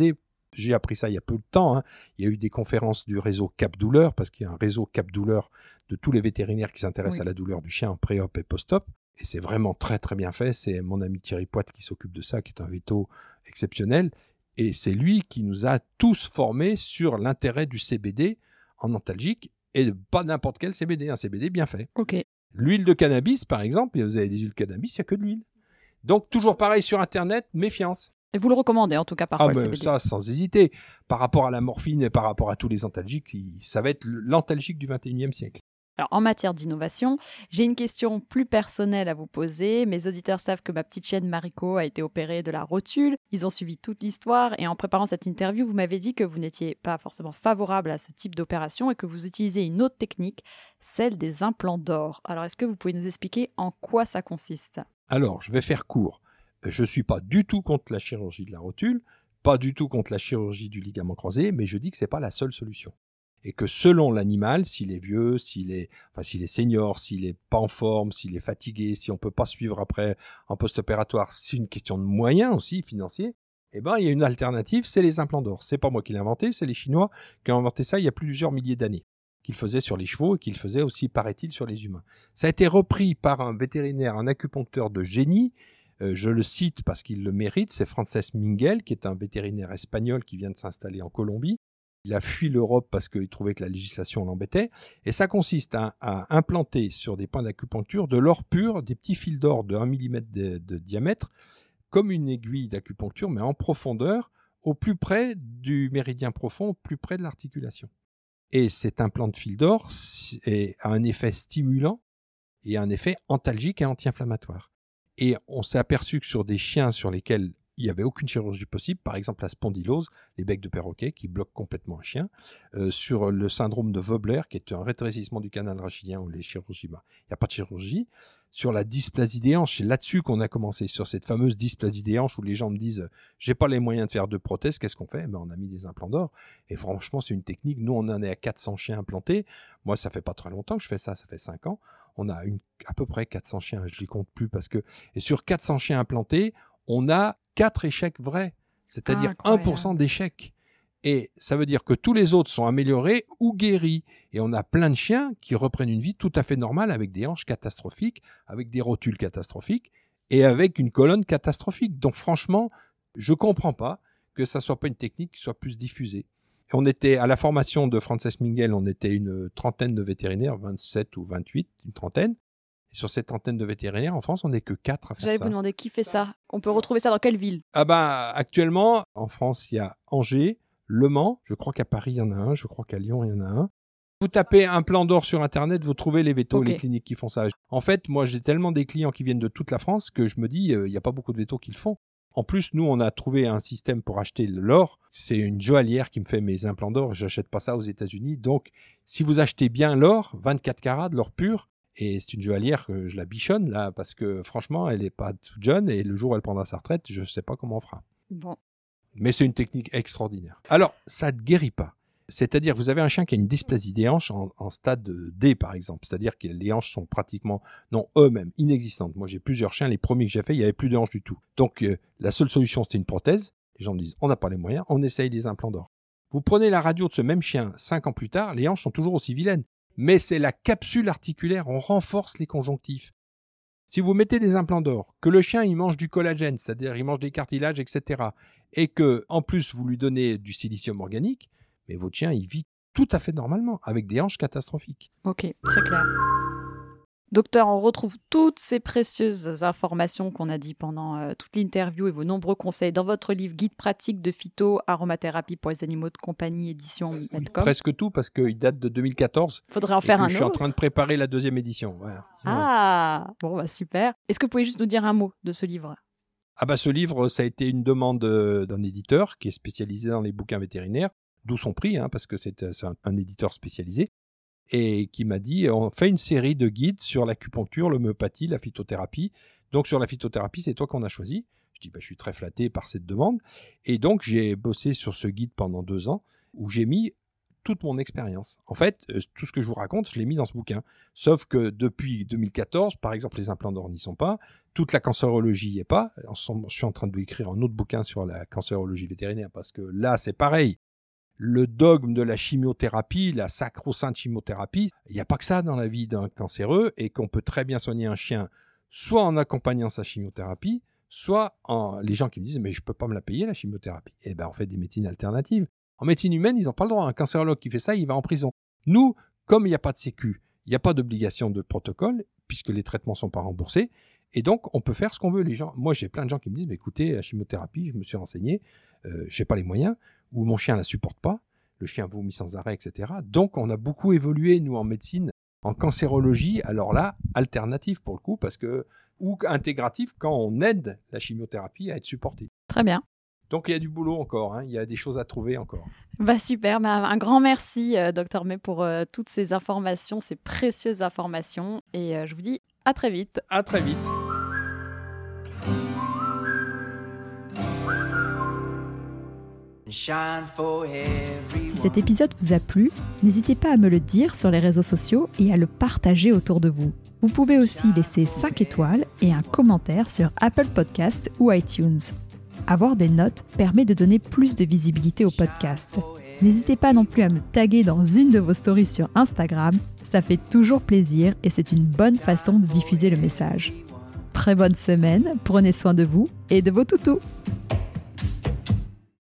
J'ai appris ça il y a peu de temps. Il y a eu des conférences du réseau Cap Douleur, parce qu'il y a un réseau Cap Douleur de tous les vétérinaires qui s'intéressent à la douleur du chien en pré-op et post-op. Et c'est vraiment très très bien fait. C'est mon ami Thierry Poit qui s'occupe de ça, qui est un véto exceptionnel. Et c'est lui qui nous a tous formés sur l'intérêt du CBD en antalgique, et pas n'importe quel CBD, un CBD bien fait. Ok. L'huile de cannabis, par exemple, vous avez des huiles de cannabis, il n'y a que de l'huile. Donc toujours pareil sur Internet, méfiance. Et vous le recommandez en tout cas parfois le CBD. Ça, sans hésiter. Par rapport à la morphine et par rapport à tous les antalgiques, ça va être l'antalgique du 21e siècle. Alors, en matière d'innovation, j'ai une question plus personnelle à vous poser. Mes auditeurs savent que ma petite chienne Mariko a été opérée de la rotule. Ils ont suivi toute l'histoire et en préparant cette interview, vous m'avez dit que vous n'étiez pas forcément favorable à ce type d'opération et que vous utilisez une autre technique, celle des implants d'or. Alors, est-ce que vous pouvez nous expliquer en quoi ça consiste ? Alors, je vais faire court. Je ne suis pas du tout contre la chirurgie de la rotule, pas du tout contre la chirurgie du ligament croisé, mais je dis que ce n'est pas la seule solution. Et que selon l'animal, s'il est vieux, s'il est senior, s'il n'est pas en forme, s'il est fatigué, si on ne peut pas suivre après en post-opératoire, c'est une question de moyens aussi financiers, il y a une alternative, c'est les implants d'or. C'est pas moi qui l'ai inventé, c'est les Chinois qui ont inventé ça il y a plusieurs milliers d'années, qu'ils faisaient sur les chevaux et qu'ils faisaient aussi, paraît-il, sur les humains. Ça a été repris par un vétérinaire, un acupuncteur de génie, je le cite parce qu'il le mérite, c'est Frances Mingel, qui est un vétérinaire espagnol qui vient de s'installer en Colombie. Il a fui l'Europe parce qu'il trouvait que la législation l'embêtait. Et ça consiste à implanter sur des points d'acupuncture de l'or pur, des petits fils d'or de 1 mm de diamètre, comme une aiguille d'acupuncture, mais en profondeur, au plus près du méridien profond, au plus près de l'articulation. Et cet implant de fil d'or a un effet stimulant et un effet antalgique et anti-inflammatoire. Et on s'est aperçu que sur des chiens sur lesquels il n'y avait aucune chirurgie possible, par exemple la spondylose, les becs de perroquet qui bloquent complètement un chien, sur le syndrome de Vobler, qui est un rétrécissement du canal rachidien où les chirurgies, il n'y a pas de chirurgie, sur la dysplasie des hanches, c'est là-dessus qu'on a commencé, sur cette fameuse dysplasie des hanches où les gens me disent « j'ai pas les moyens de faire de prothèses, qu'est-ce qu'on fait ?» On a mis des implants d'or, et franchement c'est une technique, nous on en est à 400 chiens implantés, moi ça fait pas très longtemps que je fais ça fait 5 ans, on a à peu près 400 chiens, je les compte plus parce que, et sur 400 chiens implantés, on a 4 échecs vrais, c'est-à-dire 1% d'échecs. Et ça veut dire que tous les autres sont améliorés ou guéris. Et on a plein de chiens qui reprennent une vie tout à fait normale avec des hanches catastrophiques, avec des rotules catastrophiques et avec une colonne catastrophique. Donc franchement, je ne comprends pas que ça ne soit pas une technique qui soit plus diffusée. Et on était à la formation de Frances Mingel, on était une trentaine de vétérinaires, 27 ou 28, une trentaine. Et sur cette trentaine de vétérinaires, en France, on n'est que 4 à faire ça. J'allais vous demander qui fait ça. On peut retrouver ça dans quelle ville ? Actuellement, en France, il y a Angers, Le Mans, je crois qu'à Paris, il y en a un, je crois qu'à Lyon, il y en a un. Vous tapez implant d'or sur Internet, vous trouvez les vétos, les cliniques qui font ça. En fait, moi, j'ai tellement des clients qui viennent de toute la France que je me dis, il n'y a pas beaucoup de vétos qui le font. En plus, nous, on a trouvé un système pour acheter l'or. C'est une joaillière qui me fait mes implants d'or. Je n'achète pas ça aux États-Unis. Donc, si vous achetez bien l'or, 24 carats de l'or pur, et c'est une joaillière que je la bichonne, là, parce que franchement, elle n'est pas toute jeune, et le jour où elle prendra sa retraite, je ne sais pas comment on fera. Bon. Mais c'est une technique extraordinaire. Alors, ça ne guérit pas. C'est-à-dire, vous avez un chien qui a une dysplasie des hanches en stade D, par exemple. C'est-à-dire que les hanches sont pratiquement, non, eux-mêmes, inexistantes. Moi, j'ai plusieurs chiens. Les premiers que j'ai faits, il n'y avait plus de hanches du tout. Donc, la seule solution, c'était une prothèse. Les gens me disent, on n'a pas les moyens, on essaye des implants d'or. Vous prenez la radio de ce même chien 5 ans plus tard, les hanches sont toujours aussi vilaines. Mais c'est la capsule articulaire, on renforce les conjonctifs. Si vous mettez des implants d'or, que le chien il mange du collagène, c'est-à-dire il mange des cartilages, etc., et que en plus vous lui donnez du silicium organique, mais votre chien il vit tout à fait normalement, avec des hanches catastrophiques. Ok, très clair. Docteur, on retrouve toutes ces précieuses informations qu'on a dit pendant toute l'interview et vos nombreux conseils dans votre livre Guide pratique de phyto-aromathérapie pour les animaux de compagnie, édition Medcom. Presque tout, parce qu'il date de 2014. Faudrait en faire un autre. Je suis en train de préparer la 2e édition. Voilà. Ah, bon, bah super. Est-ce que vous pouvez juste nous dire un mot de ce livre ? Ce livre, ça a été une demande d'un éditeur qui est spécialisé dans les bouquins vétérinaires, d'où son prix, parce que c'est un éditeur spécialisé. Et qui m'a dit, on fait une série de guides sur l'acupuncture, l'homéopathie, la phytothérapie. Donc sur la phytothérapie, c'est toi qu'on a choisi. Je dis, je suis très flatté par cette demande. Et donc j'ai bossé sur ce guide pendant 2 ans, où j'ai mis toute mon expérience. En fait, tout ce que je vous raconte, je l'ai mis dans ce bouquin. Sauf que depuis 2014, par exemple, les implants d'or n'y sont pas. Toute la cancérologie n'y est pas. Je suis en train de écrire un autre bouquin sur la cancérologie vétérinaire parce que là, c'est pareil. Le dogme de la chimiothérapie, la sacro-sainte chimiothérapie, il n'y a pas que ça dans la vie d'un cancéreux et qu'on peut très bien soigner un chien soit en accompagnant sa chimiothérapie, soit les gens qui me disent « mais je ne peux pas me la payer la chimiothérapie ». Eh bien, on fait des médecines alternatives. En médecine humaine, ils n'ont pas le droit. Un cancérologue qui fait ça, il va en prison. Nous, comme il n'y a pas de sécu, il n'y a pas d'obligation de protocole, puisque les traitements ne sont pas remboursés, et donc on peut faire ce qu'on veut. Moi, j'ai plein de gens qui me disent « écoutez, la chimiothérapie, je me suis renseigné, je n'ai pas les moyens, ou mon chien ne la supporte pas, le chien vomit sans arrêt, etc. » Donc, on a beaucoup évolué, nous, en médecine, en cancérologie, alors là, alternative pour le coup, ou intégratif quand on aide la chimiothérapie à être supportée. Très bien. Donc, il y a du boulot encore, il y a des choses à trouver encore. Super, un grand merci, Dr May, pour toutes ces informations, ces précieuses informations. Et je vous dis à très vite. À très vite. Si cet épisode vous a plu, n'hésitez pas à me le dire sur les réseaux sociaux et à le partager autour de vous. Vous pouvez aussi laisser 5 étoiles et un commentaire sur Apple Podcasts ou iTunes. Avoir des notes permet de donner plus de visibilité au podcast. N'hésitez pas non plus à me taguer dans une de vos stories sur Instagram, ça fait toujours plaisir et c'est une bonne façon de diffuser le message. Très bonne semaine, prenez soin de vous et de vos toutous.